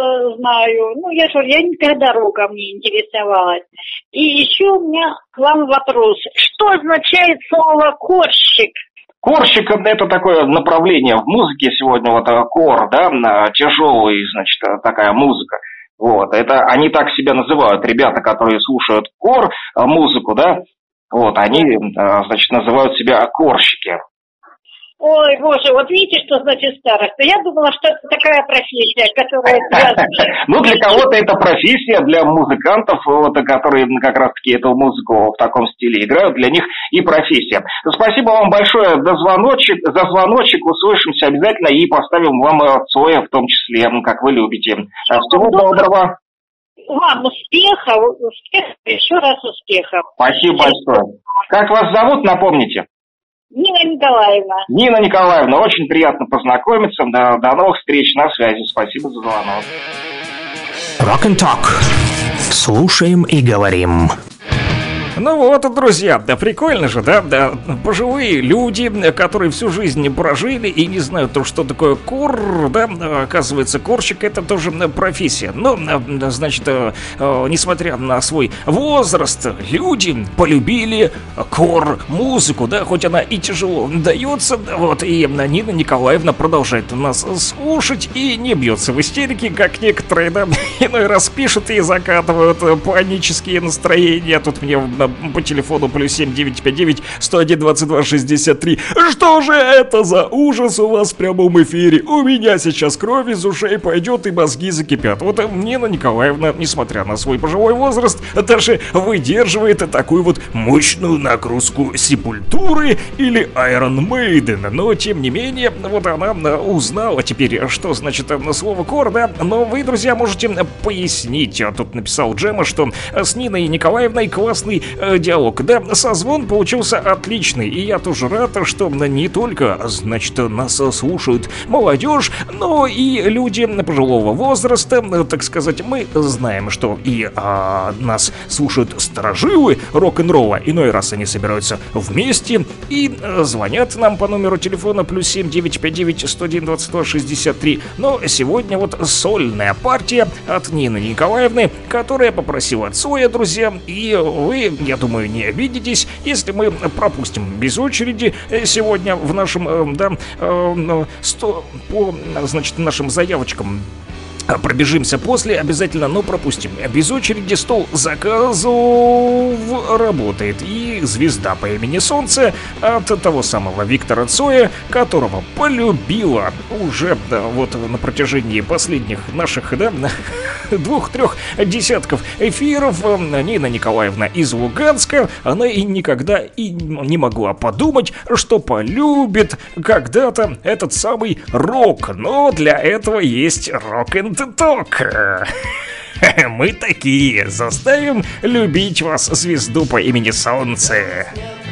H: знаю. Ну, я никогда роком не интересовалась. И еще у меня к вам вопрос. Что означает слово «корщик»?
I: Корщик — это такое направление в музыке сегодня, вот кор, да, тяжелый, значит, такая музыка. Вот, это они так себя называют, ребята, которые слушают кор музыку, да, вот, они, значит, называют себя корщики.
H: Ой, боже, вот видите, что значит староста? Я думала, что это такая профессия, которая связана...
I: Ну, для кого-то это профессия, для музыкантов, вот, которые как раз-таки эту музыку в таком стиле играют, для них и профессия. Спасибо вам большое за звоночек, услышимся обязательно и поставим вам Цоя, в том числе, как вы любите. Всего доброго.
H: Вам успехов, еще раз успехов.
I: Спасибо большое. Как вас зовут, напомните?
H: Нина Николаевна.
I: Нина Николаевна, очень приятно познакомиться. До новых встреч, на связи. Спасибо за звонок.
D: Rock and Talk. Слушаем и говорим.
A: Ну вот, друзья, да прикольно же, да, пожилые люди, которые всю жизнь прожили и не знают, что такое кор, да, оказывается, корщик — это тоже профессия. Но, значит, несмотря на свой возраст, люди полюбили кор-музыку, да, хоть она и тяжело дается, вот, и Нина Николаевна продолжает нас слушать и не бьется в истерике, как некоторые, да, иной раз пишут и закатывают панические настроения. Тут мне по телефону +7 959 101 22 63. Что же это за ужас у вас в прямом эфире? У меня сейчас кровь из ушей пойдет и мозги закипят. Вот Нина Николаевна, несмотря на свой пожилой возраст, даже выдерживает такую вот мощную нагрузку Сепультуры или Iron Maiden. Но, тем не менее, вот она узнала теперь, что значит слово «кор», да? Но вы, друзья, можете пояснить. Тут написал Джема, что с Ниной Николаевной классный диалог. Да, созвон получился отличный. И я тоже рад, что не только, значит, нас слушают молодежь, но и люди пожилого возраста. Так сказать, мы знаем, что и нас слушают старожилы рок-н-ролла. Иной раз они собираются вместе и звонят нам по номеру телефона +7 959 101 22 63. Но сегодня вот сольная партия от Нины Николаевны, которая попросила Цоя, друзья. И вы, я думаю, не обидитесь, если мы пропустим без очереди сегодня в нашем, значит, нашим заявочкам. Пробежимся после, обязательно, но пропустим. Без очереди стол заказов работает. И звезда по имени Солнце от того самого Виктора Цоя, которого полюбила уже вот на протяжении последних наших 2-3 десятков эфиров Нина Николаевна из Луганска. Она и никогда и не могла подумать, что полюбит когда-то этот самый рок. Но для этого есть рок-н ток. Мы такие. Заставим любить вас, звезду по имени Солнце.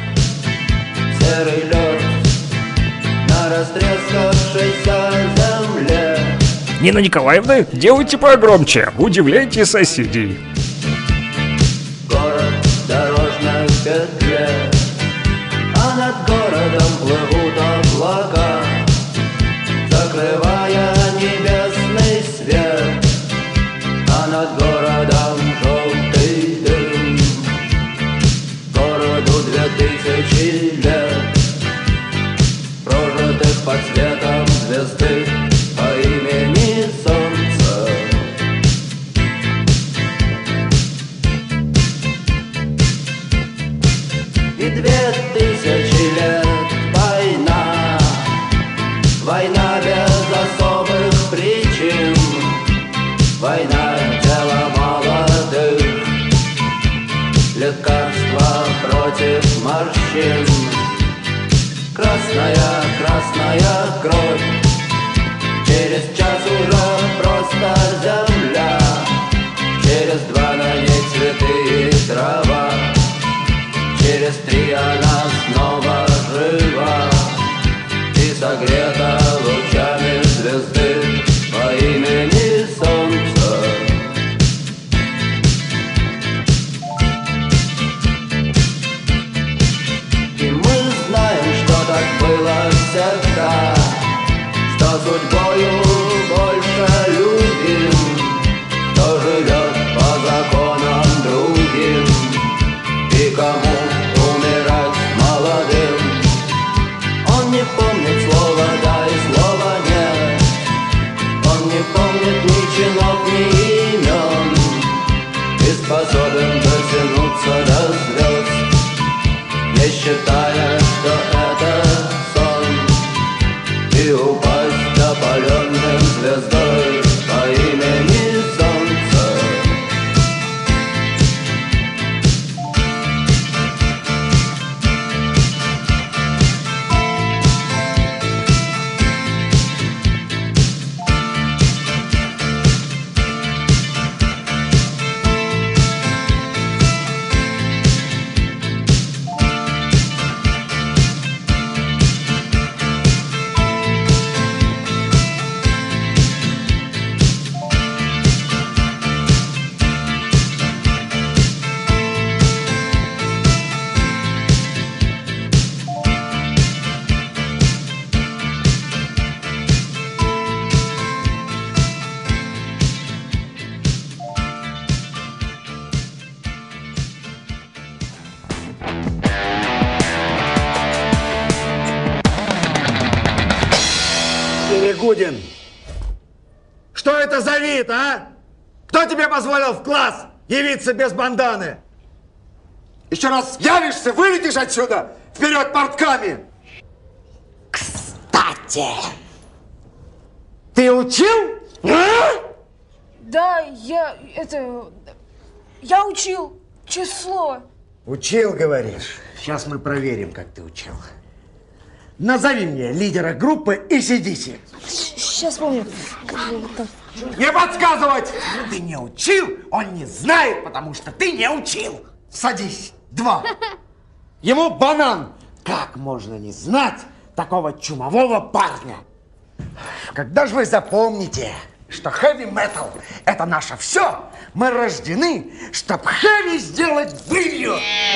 G: Серый лед на растрескавшейся земле.
A: Нина Николаевна, делайте погромче, удивляйте соседей.
G: Город в дорожной петле, а над городом плывут облака, закрывая небесный свет, а над городом желтый дым. Городу 2000 лет, прожитых под светом звезды по имени Солнце. И 2000 лет война, война без особых причин, война тела молодых, лекарства против морщин. Красная, красная кровь, через час уже просто земля, через 2 на ней цветы и трава, через 3 она снова жива и согрета лучами звезды по имени Солнце. И мы знаем, что так было всегда, что судьбою больше любим, кто живет по законам другим и кому умирать молодым. Он не помнит слова «да» и слова «нет», он не помнит ни чинов, ни имен, и способен дотянуться до звезд, не считая, что это сон, и упасть опаленным звездой по имени Солнце.
J: Перегудин, что это за вид, а? Кто тебе позволил в класс явиться без банданы? Еще раз явишься, вылетишь отсюда! Вперед портками! Кстати, ты учил?
K: Да, я учил число.
J: Учил, говоришь? Сейчас мы проверим, как ты учил. Назови мне лидера группы ACDC.
K: Сейчас помню.
J: Не подсказывать! Ты не учил, он не знает, потому что ты не учил. Садись. 2. Ему банан. Как можно не знать такого чумового парня? Когда же вы запомните, что хэви-метал – это наше все, мы рождены, чтоб хэви сделать былью.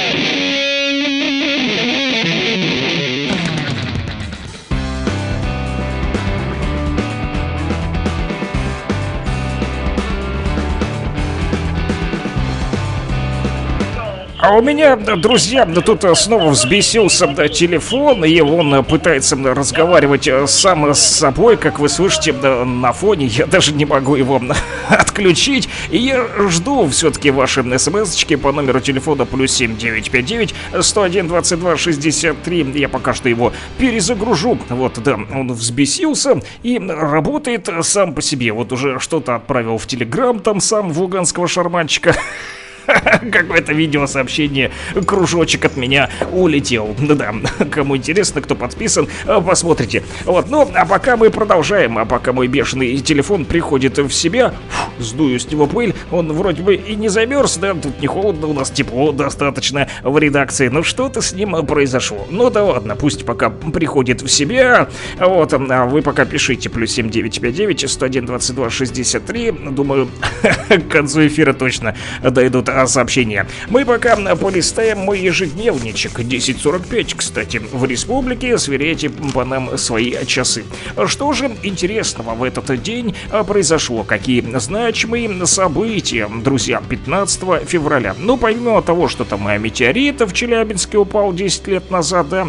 A: А у меня, друзья, тут снова взбесился телефон, и он пытается разговаривать сам с собой, как вы слышите на фоне. Я даже не могу его отключить. И я жду все-таки ваши смс-очки по номеру телефона +7 959 101 22 63. Я пока что его перезагружу. Вот, да, он взбесился и работает сам по себе. Вот уже что-то отправил в Телеграм там сам вуганского шарманчика. Какое-то видеосообщение, кружочек от меня улетел. Да, кому интересно, кто подписан, посмотрите. Вот, ну, а пока мы продолжаем, а пока мой бешеный телефон приходит в себя, сдую с него пыль, он вроде бы и не замерз, да, тут не холодно, у нас тепло достаточно в редакции. Ну, что-то с ним произошло. Ну, да ладно, пусть пока приходит в себя. Вот, а вы пока пишите +7 959 101 22 63. Думаю, к концу эфира точно дойдут сообщения. Мы пока полистаем мой ежедневничек. 10:45, кстати, в республике. Сверяйте по нам свои часы. Что же интересного в этот день произошло? Какие значимые события, друзья, 15 февраля? Ну, помимо того, что там метеорит в Челябинске упал 10 лет назад, да,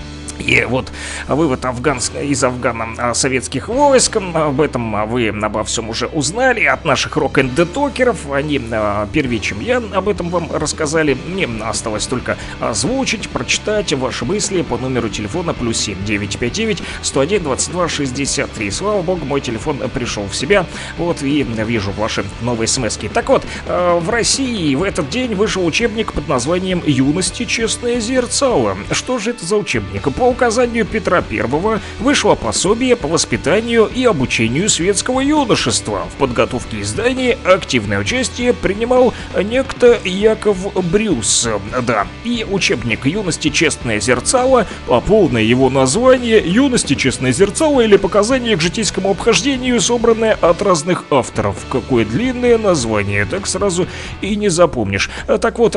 A: и вот вывод из Афгана советских войск, об этом вы обо всем уже узнали от наших рок-н-детокеров. Они первее, чем я, об этом вам рассказали. Мне осталось только озвучить, прочитать ваши мысли по номеру телефона +7 959 101 22 63. Слава богу, мой телефон пришел в себя. Вот, и вижу ваши новые смски. Так вот, в России в этот день вышел учебник под названием «Юности. Честное зерцало». Что же это за учебник? По указанию Петра I вышло пособие по воспитанию и обучению светского юношества. В подготовке издания активное участие принимал некто Яков Брюс. Да, и учебник «Юности. Честное зерцало», а полное его название «Юности. Честное зерцало» или «Показания к житейскому обхождению», собранное от разных авторов. Какое длинное название, так сразу и не запомнишь. Так вот,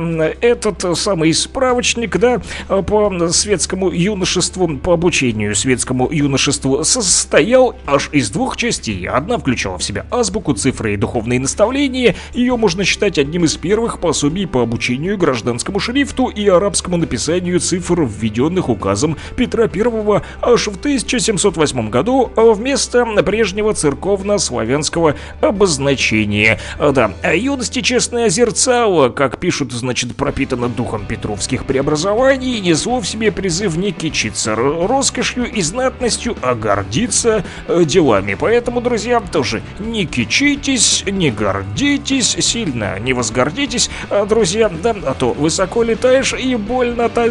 A: этот самый справочник, да, по светскому юношеству, по обучению светскому юношеству состоял аж из 2 частей. Одна включала в себя азбуку, цифры и духовные наставления. Ее можно считать одним из первых пособий по обучению гражданскому шрифту и арабскому написанию цифр, введенных указом Петра I аж в 1708 году вместо прежнего церковно-славянского обозначения. Да, юности честное зерцало, как пишут, значит, пропитано духом петровских преобразований, несло в себе призыв не кичиться роскошью и знатностью, а гордиться делами. Поэтому, друзья, тоже не кичитесь, не гордитесь, сильно не возгордитесь, друзья, да, а то высоко летаешь и больно-то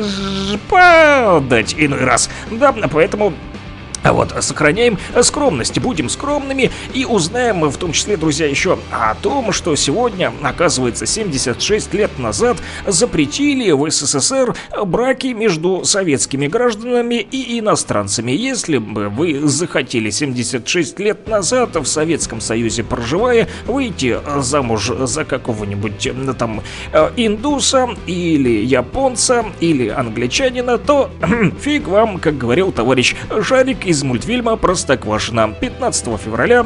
A: падать иной раз. Да, поэтому... А вот, сохраняем скромность, будем скромными и узнаем в том числе, друзья, еще о том, что сегодня, оказывается, 76 лет назад запретили в СССР браки между советскими гражданами и иностранцами. Если бы вы захотели 76 лет назад в Советском Союзе проживая выйти замуж за какого-нибудь там индуса или японца или англичанина, то фиг вам, как говорил товарищ Шарик из из мультфильма «Простоквашино». 15 февраля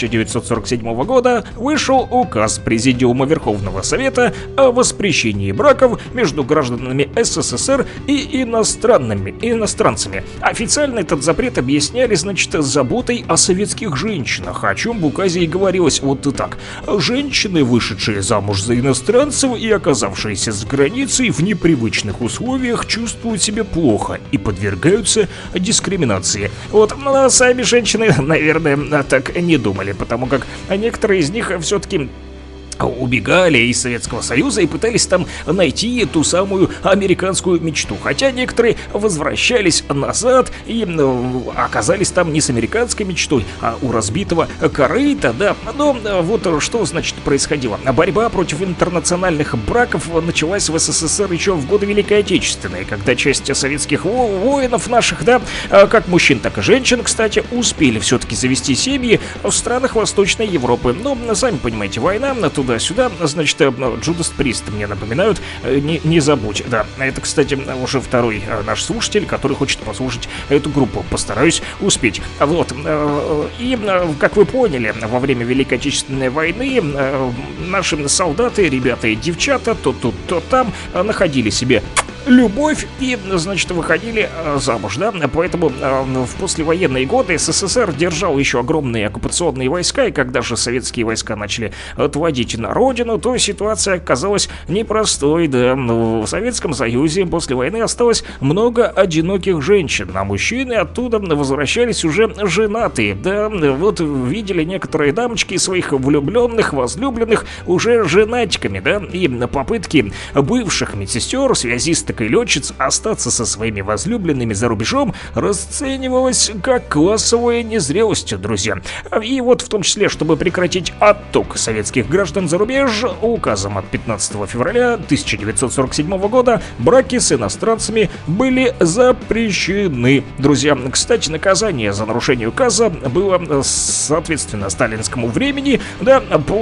A: 1947 года вышел указ Президиума Верховного Совета о воспрещении браков между гражданами СССР и иностранцами. Официально этот запрет объясняли, значит, заботой о советских женщинах, о чем в указе и говорилось вот и так. Женщины, вышедшие замуж за иностранцев и оказавшиеся за границей в непривычных условиях, чувствуют себя плохо и подвергаются дискриминации. Вот, но сами женщины, наверное, так не думали, потому как некоторые из них все-таки убегали из Советского Союза и пытались там найти ту самую американскую мечту. Хотя некоторые возвращались назад и оказались там не с американской мечтой, а у разбитого корыта, да. Но вот что, значит, происходило. Борьба против интернациональных браков началась в СССР еще в годы Великой Отечественной, когда часть советских воинов наших, да, как мужчин, так и женщин, кстати, успели все-таки завести семьи в странах Восточной Европы. Но, сами понимаете, война, туда-сюда, значит, Judas Priest мне напоминают, не забудь, да. Это, кстати, уже второй наш слушатель, который хочет послушать эту группу. Постараюсь успеть. Вот. И, как вы поняли, во время Великой Отечественной войны наши солдаты, ребята и девчата, то тут, то там находили себе любовь и, значит, выходили замуж, да, поэтому в послевоенные годы СССР держал еще огромные оккупационные войска, и когда же советские войска начали отводить на родину, то ситуация оказалась непростой, да. В Советском Союзе после войны осталось много одиноких женщин, а мужчины оттуда возвращались уже женатые, да, вот видели некоторые дамочки своих влюбленных, возлюбленных уже женатиками, да, и попытки бывших медсестер, связисток и летчиц остаться со своими возлюбленными за рубежом расценивалось как классовая незрелость, друзья. И вот в том числе, чтобы прекратить отток советских граждан за рубеж, указом от 15 февраля 1947 года браки с иностранцами были запрещены, друзья. Кстати, наказание за нарушение указа было соответственно сталинскому времени, да,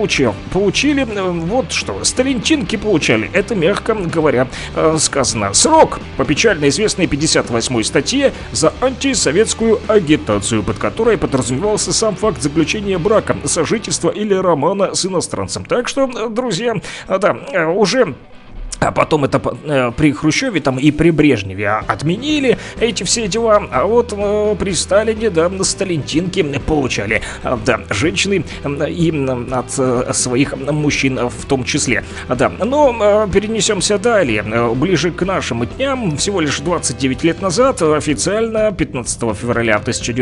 A: получили вот что, сталинтинки получали, это, мягко говоря, сказано. Срок по печально известной 58-й статье за антисоветскую агитацию, под которой подразумевался сам факт заключения брака, сожительства или романа с иностранцем. Так что, друзья, да, уже... А потом это при Хрущеве там и при Брежневе отменили эти все дела. А вот при Сталине, да, сталинтинки получали, да, женщины и от своих мужчин в том числе. Да, но перенесемся далее. Ближе к нашим дням, всего лишь 29 лет назад, официально 15 февраля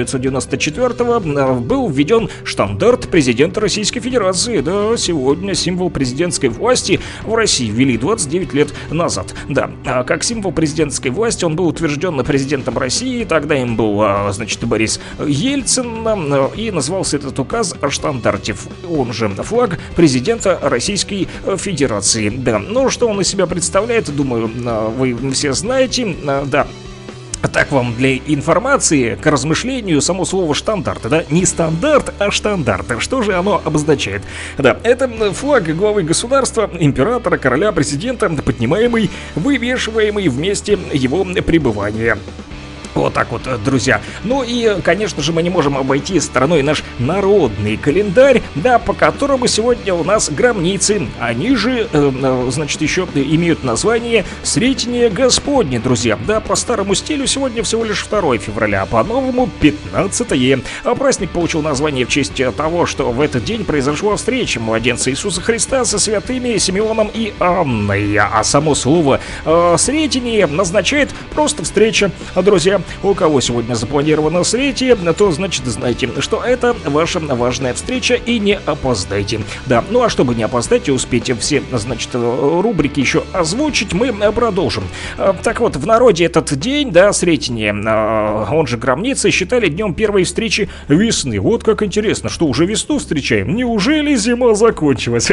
A: 1994 был введен штандарт президента Российской Федерации. Да, сегодня символ президентской власти в России ввели 29 лет назад. Да, как символ президентской власти он был утвержден президентом России, тогда им был, значит, Борис Ельцин, и назывался этот указ о штандарте, он же флаг президента Российской Федерации. Да, ну что он из себя представляет, думаю, вы все знаете, да. Так вам для информации, к размышлению, само слово «штандарт», да, не стандарт, а штандарт. Что же оно обозначает? Да, это флаг главы государства, императора, короля, президента, поднимаемый, вывешиваемый в месте его пребывания. Вот так вот, друзья. Ну и, конечно же, мы не можем обойти стороной наш народный календарь, да, по которому сегодня у нас гробницы. Они же, значит, еще имеют название Сретение Господне, друзья. Да, по старому стилю сегодня всего лишь 2 февраля, а по-новому 15-е. А праздник получил название в честь того, что в этот день произошла встреча младенца Иисуса Христа со святыми Симеоном и Анной. А само слово «сретение» означает просто встреча, друзья. У кого сегодня запланировано сретие, то, значит, знайте, что это ваша важная встреча, и не опоздайте. Да, ну а чтобы не опоздать и успеть все, значит, рубрики еще озвучить, мы продолжим. Так вот, в народе этот день, да, сретение, он же гробница, считали днем первой встречи весны. Вот как интересно, что уже весну встречаем. Неужели зима закончилась?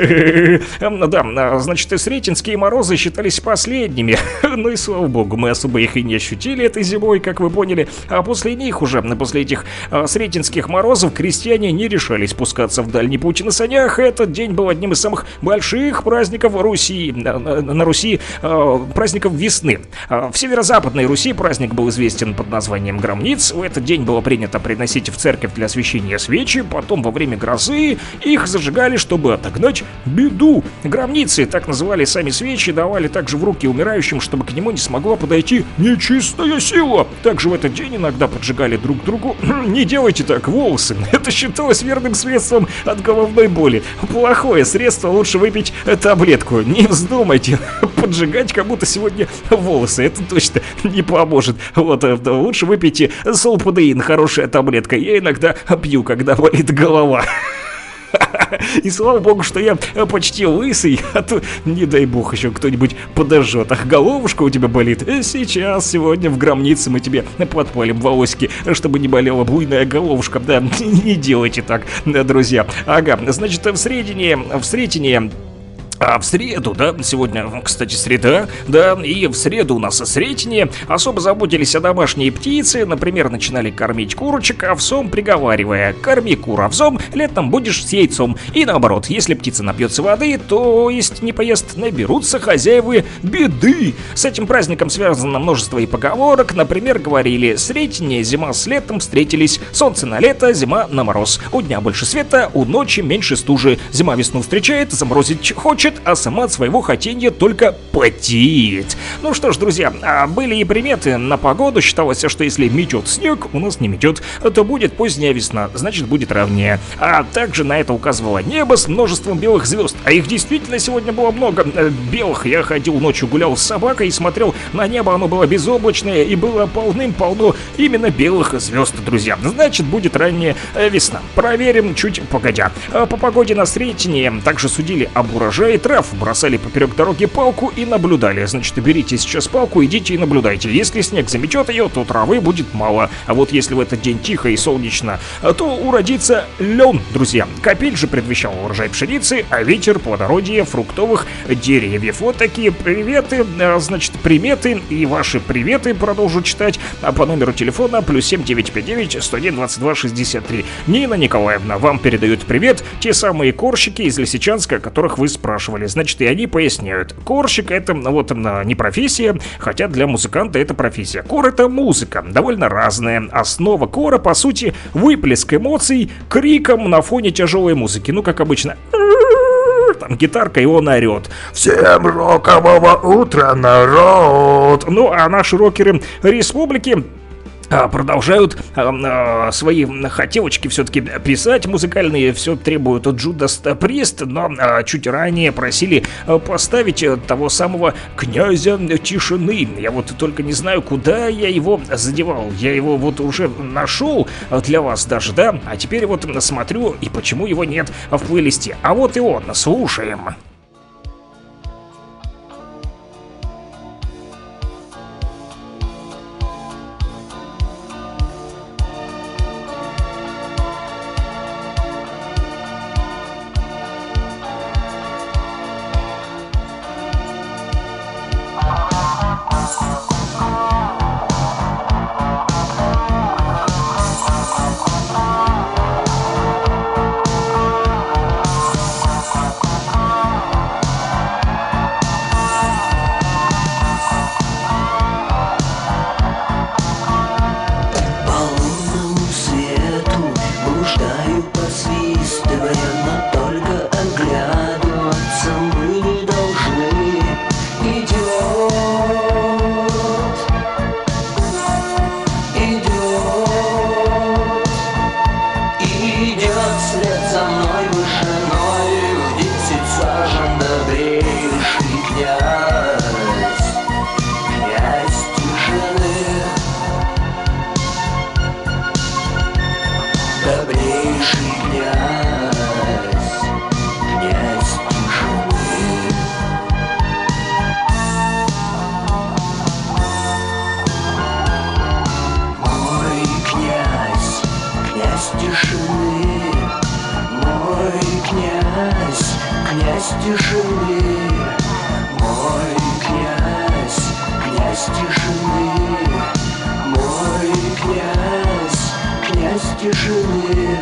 A: Да, значит, сретенские морозы считались последними. Ну и слава богу, мы особо их и не ощутили этой зимой, как как вы поняли. А после них уже, после этих сретенских морозов, крестьяне не решались спускаться в дальний путь на санях. Этот день был одним из самых больших праздников Руси, на Руси, праздников весны. В северо-западной Руси праздник был известен под названием Громниц. В этот день было принято приносить в церковь для освящения свечи, потом во время грозы их зажигали, чтобы отогнать беду. Громницы, так называли сами свечи, давали также в руки умирающим, чтобы к нему не смогла подойти нечистая сила. Также в этот день иногда поджигали друг другу. Не делайте так, волосы. Это считалось верным средством от головной боли. Плохое средство, лучше выпить таблетку. Не вздумайте поджигать кому-то сегодня волосы. Это точно не поможет. Вот, лучше выпейте солпудеин, хорошая таблетка. Я иногда пью, когда болит голова. И слава богу, что я почти лысый, а то, не дай бог, еще кто-нибудь подожжет. Ах, головушка у тебя болит. Сейчас, сегодня в Громнице мы тебе подпалим волосики, чтобы не болела буйная головушка. Да, не делайте так, друзья. Ага, значит, в Сретенье. А в среду, да, сегодня, кстати, среда, да, и в среду у нас Сретение особо заботились о домашней птице, например, начинали кормить курочек овсом, приговаривая: корми кур овсом, летом будешь с яйцом. И наоборот, если птица напьется воды, то есть не поест, наберутся хозяевы беды. С этим праздником связано множество и поговорок, например, говорили: Сретение, зима с летом встретились, солнце на лето, зима на мороз, у дня больше света, у ночи меньше стужи, зима весну встречает, заморозить хочет, а сама от своего хотения только потеет. Ну что ж, друзья, были и приметы на погоду. Считалось, что если метет снег, у нас не метет, то будет поздняя весна, значит будет ровнее. А также на это указывало небо с множеством белых звезд. А их действительно сегодня было много белых. Я ходил ночью, гулял с собакой и смотрел на небо. Оно было безоблачное и было полным-полно именно белых звезд, друзья. Значит, будет ранняя весна. Проверим чуть погодя. По погоде на Сретенье также судили об урожае трав, бросали поперек дороги палку и наблюдали. Значит, берите сейчас палку, идите и наблюдайте. Если снег заметет ее, то травы будет мало. А вот если в этот день тихо и солнечно, то уродится лен, друзья. Капель же предвещал урожай пшеницы, а ветер — плодородие фруктовых деревьев. Вот такие приветы, значит, приметы. И ваши приветы продолжу читать по номеру телефона +7 959 101 22 63. Нина Николаевна вам передают привет. Те самые корщики из Лисичанска, о которых вы спрашивали. Значит, и они поясняют. Корщик — это вот не профессия, хотя для музыканта это профессия. Кор — это музыка, довольно разная. Основа кора, по сути, выплеск эмоций криком на фоне тяжелой музыки. Ну, как обычно, там гитарка, и он орет: всем рокового утра, народ! Ну, а наши рокеры республики продолжают свои хотелочки все-таки писать музыкальные, все требуют от Judas Priest, но чуть ранее просили поставить того самого князя тишины. Я вот только не знаю, куда я его задевал. Я его вот уже нашел для вас даже, да? А теперь вот смотрю, и почему его нет в плейлисте. А вот и он, слушаем.
F: Мой
G: тишины.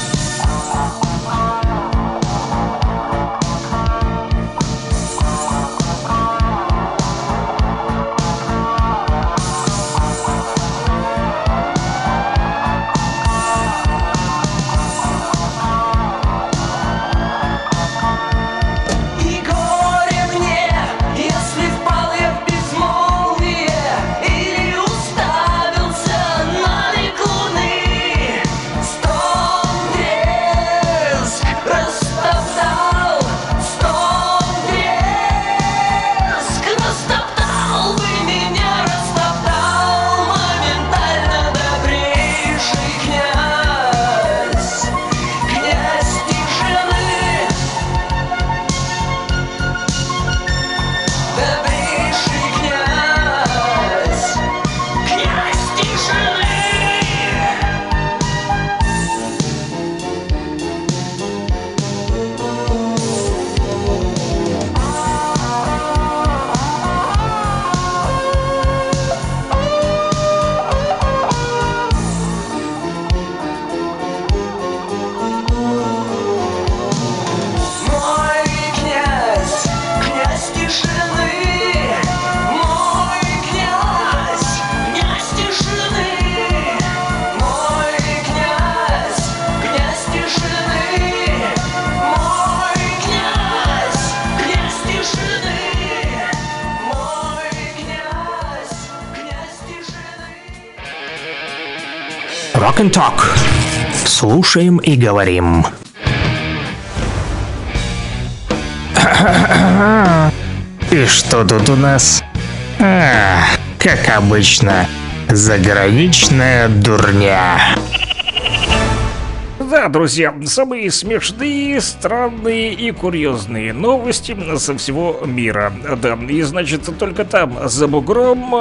D: Rock and Talk. Слушаем и говорим. И что тут у нас? Как обычно, заграничная дурня.
A: Да, друзья, самые смешные, странные и курьезные новости со всего мира. Да, и значит, только там, за бугром,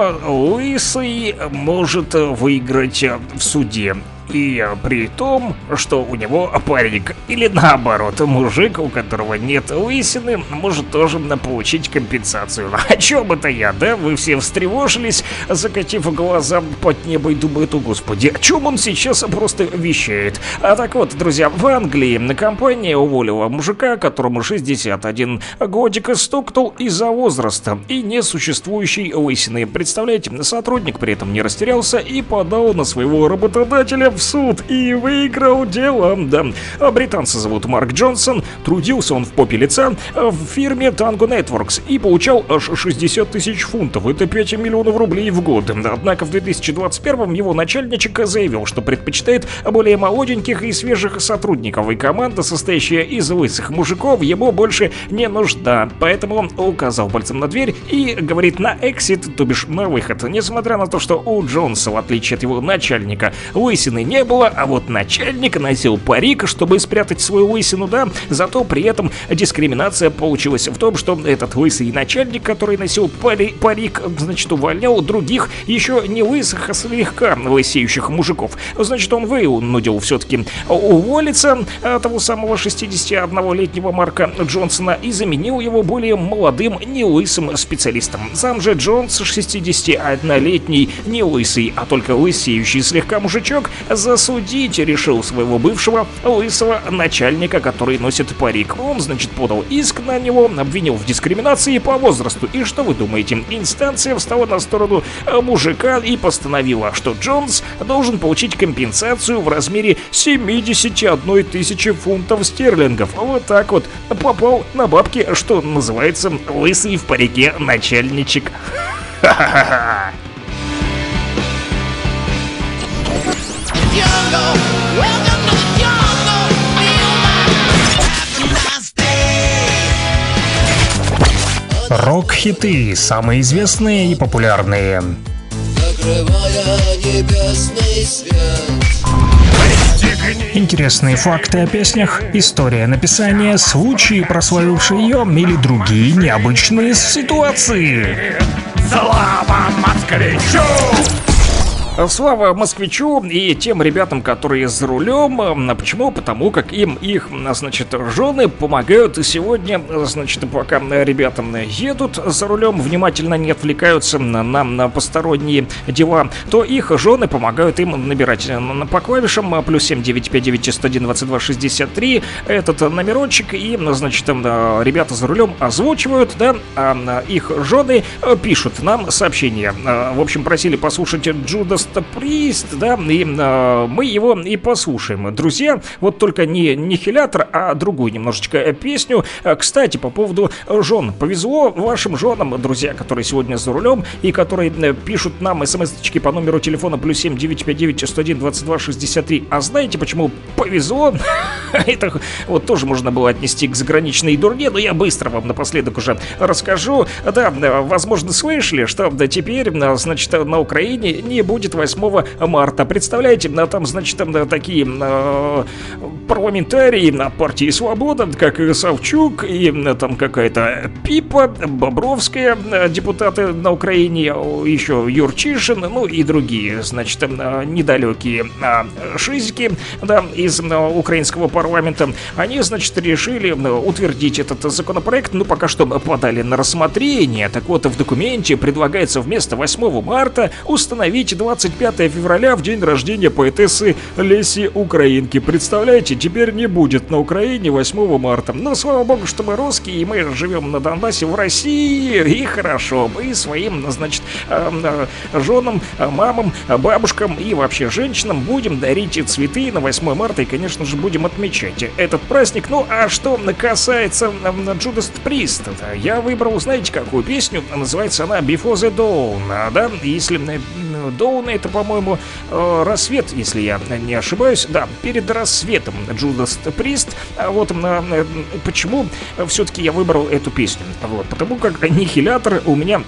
A: лысый может выиграть в суде. И при том, что у него парик. Или наоборот, мужик, у которого нет лысины, может тоже получить компенсацию. О чем это я, да? Вы все встревожились, закатив глаза под небо и думают: о господи, о чем он сейчас просто вещает? А так вот, друзья, в Англии компания уволила мужика, которому 61 годик, стукнул из-за возраста и несуществующей лысины. Представляете, сотрудник при этом не растерялся и подал на своего работодателя в суд и выиграл дело. Да. Британца зовут Марк Джонсон. Трудился он в попе лица в фирме Tango Networks и получал аж 60 тысяч фунтов. Это 5 миллионов рублей в год. Однако в 2021 его начальничек заявил, что предпочитает более молоденьких и свежих сотрудников, и команда, состоящая из лысых мужиков, ему больше не нужна. Поэтому он указал пальцем на дверь и говорит на эксит, то бишь на выход. Несмотря на то, что у Джонса, в отличие от его начальника, лысины не было, а вот начальник носил парик, чтобы спрятать свою лысину, да. Зато при этом дискриминация получилась в том, что этот лысый начальник, который носил парик, значит, увольнял других еще не лысых, а слегка лысеющих мужиков. Значит, он вынудил все-таки уволиться того самого 61-летнего Марка Джонсона и заменил его более молодым, не лысым специалистом. Сам же Джонс, 61-летний, не лысый, а только лысеющий слегка мужичок, засудить решил своего бывшего лысого начальника, который носит парик. Он, значит, подал иск на него, обвинил в дискриминации по возрасту. И что вы думаете? Инстанция встала на сторону мужика и постановила, что Джонс должен получить компенсацию в размере 71 тысячи фунтов стерлингов. Вот так вот попал на бабки, что называется, лысый в парике начальничек. Ха-ха-ха.
D: Рок-хиты, самые известные и популярные.
G: Закрывая небесный свет.
D: Интересные факты о песнях, история написания, случаи, прославившие ее, или другие необычные ситуации.
F: Слава москвичу!
A: Слава москвичу и тем ребятам, которые за рулем. Почему? Потому как им их, значит, жены помогают сегодня, значит, пока ребятам едут за рулем, внимательно не отвлекаются на посторонние дела, то их жены помогают им набирать по клавишам +7 959 101 22 63 этот номерочек, и, значит, ребята за рулем озвучивают, да, а их жены пишут нам сообщения. В общем, просили послушать Judas Priest, да, и мы его и послушаем. Друзья, вот только не «Нихилятор», а другую немножечко песню. Кстати, по поводу жен. Повезло вашим женам, друзья, которые сегодня за рулем и которые пишут нам смс-очки по номеру телефона +7 959 101 22 63. А знаете, почему повезло? Это вот тоже можно было отнести к заграничной дурне, но я быстро вам напоследок уже расскажу. Да, возможно, слышали, что теперь, значит, на Украине не будет 8 марта. Представляете, там, значит, такие парламентарии на партии «Свобода», как и Савчук, и там какая-то Пипа, Бобровская, депутаты на Украине, еще Юрчишин, ну и другие, значит, недалекие шизики, да, из украинского парламента. Они, значит, решили утвердить этот законопроект, ну, пока что подали на рассмотрение. Так вот, в документе предлагается вместо 8 марта установить 25 февраля в день рождения поэтессы Леси Украинки. Представляете, теперь не будет на Украине 8 марта. Но, слава богу, что мы русские, и мы живем на Донбассе, в России, и хорошо. Мы своим, значит, женам, мамам, бабушкам и вообще женщинам будем дарить цветы на 8 марта и, конечно же, будем отмечать этот праздник. Ну, а что касается Judas Priest, я выбрал, знаете, какую песню? Называется она Before the Dawn, да? Если Dawn, это, по-моему, рассвет, если я не ошибаюсь. Да, перед рассветом Judas Priest. Вот почему все-таки я выбрал эту песню. Вот, потому как «Нихилятор» у меня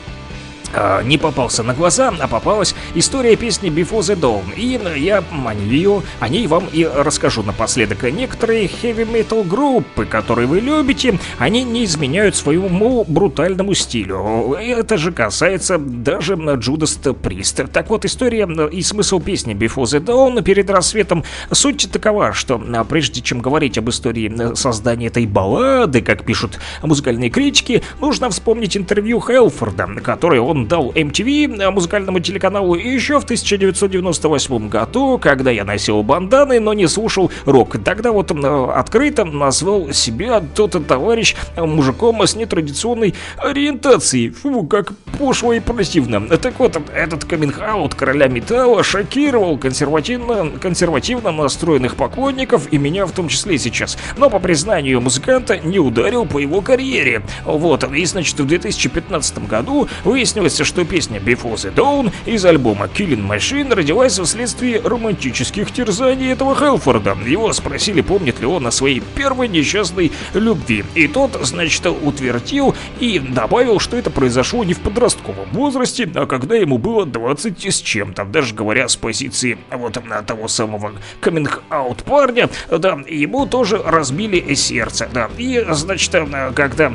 A: не попался на глаза, а попалась история песни Before the Dawn. И я о ней вам и расскажу напоследок. Некоторые heavy-metal группы, которые вы любите, они не изменяют своему брутальному стилю. Это же касается даже Judas Priest. Так вот, история и смысл песни Before the Dawn, перед рассветом, суть такова, что прежде чем говорить об истории создания этой баллады, как пишут музыкальные критики, нужно вспомнить интервью Хелфорда, которое он дал MTV, музыкальному телеканалу, еще в 1998 году, когда я носил банданы, но не слушал рок. Тогда вот открыто назвал себя тот товарищ мужиком с нетрадиционной ориентацией. Фу, как пошло и противно. Так вот, этот каминг-аут короля металла шокировал консервативно настроенных поклонников, и меня в том числе сейчас. Но, по признанию музыканта, не ударил по его карьере. Вот, и, значит, в 2015 году выяснилось, что песня Before the Dawn из альбома Killing Machine родилась вследствие романтических терзаний этого Хелфорда. Его спросили, помнит ли он о своей первой несчастной любви. И тот, значит, утвердил и добавил, что это произошло не в подростковом возрасте, а когда ему было 20 с чем-то. Даже говоря с позиции вот того самого каминг-аут парня, да, ему тоже разбили сердце, да. И, значит, когда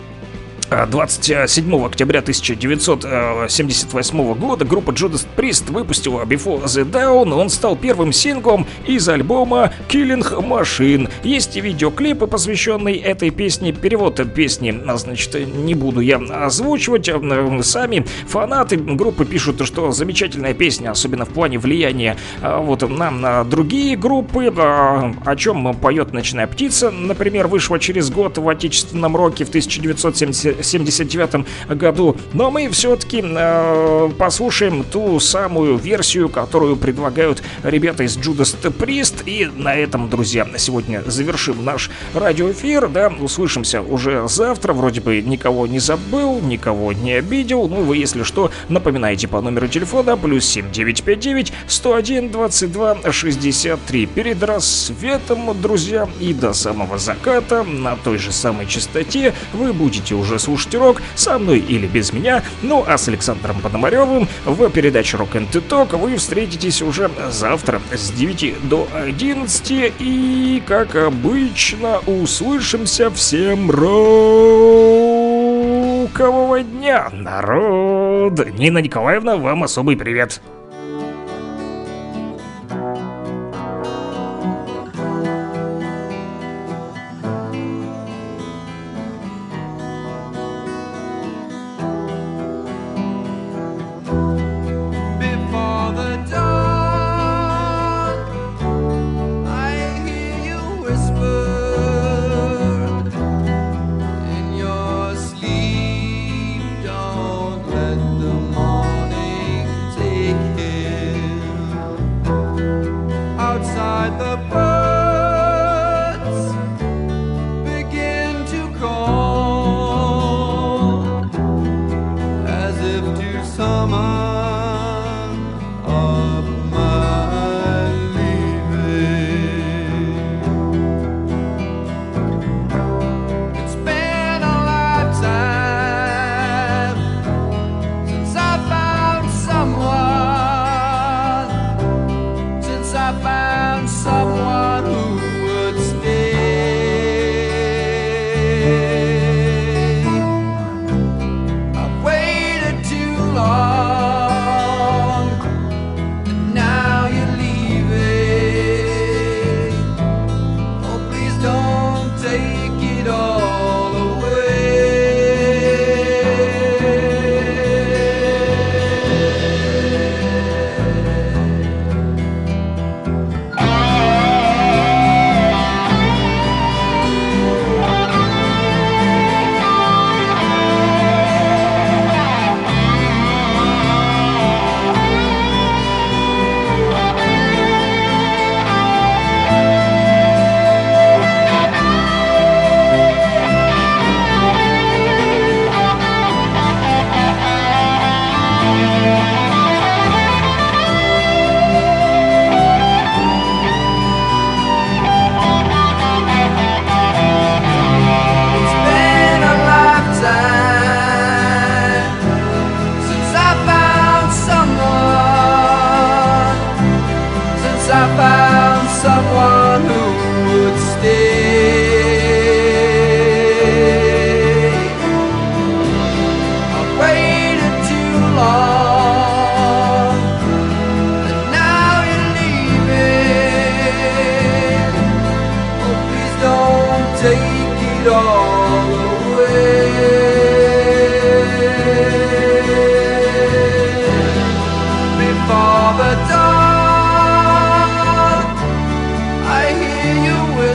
A: 27 октября 1978 года группа Judas Priest выпустила Before the Dawn. Он стал первым синглом из альбома Killing Machine. Есть и видеоклипы, посвященные этой песне. Перевод песни, значит, не буду я озвучивать. Сами фанаты группы пишут, что замечательная песня, особенно в плане влияния вот на другие группы. О чем поет «Ночная птица», например, вышла через год в отечественном роке в 1979 году. Но мы все-таки послушаем ту самую версию, которую предлагают ребята из Judas Priest. И на этом, друзья, сегодня завершим наш радиоэфир. Да, услышимся уже завтра. Вроде бы никого не забыл, никого не обидел. Ну, вы, если что, напоминайте по номеру телефона +7 959 101 22 63. Перед рассветом, друзья, и до самого заката на той же самой частоте вы будете уже слушать рок со мной или без меня. Ну а с Александром Пономаревым в передаче Rock and Talk вы встретитесь уже завтра с 9 до 11. И, как обычно, услышимся. Всем рокового дня, народ! Нина Николаевна, вам особый привет!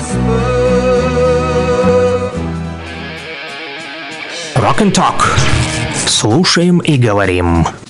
D: Rock and Talk. Слушаем и говорим.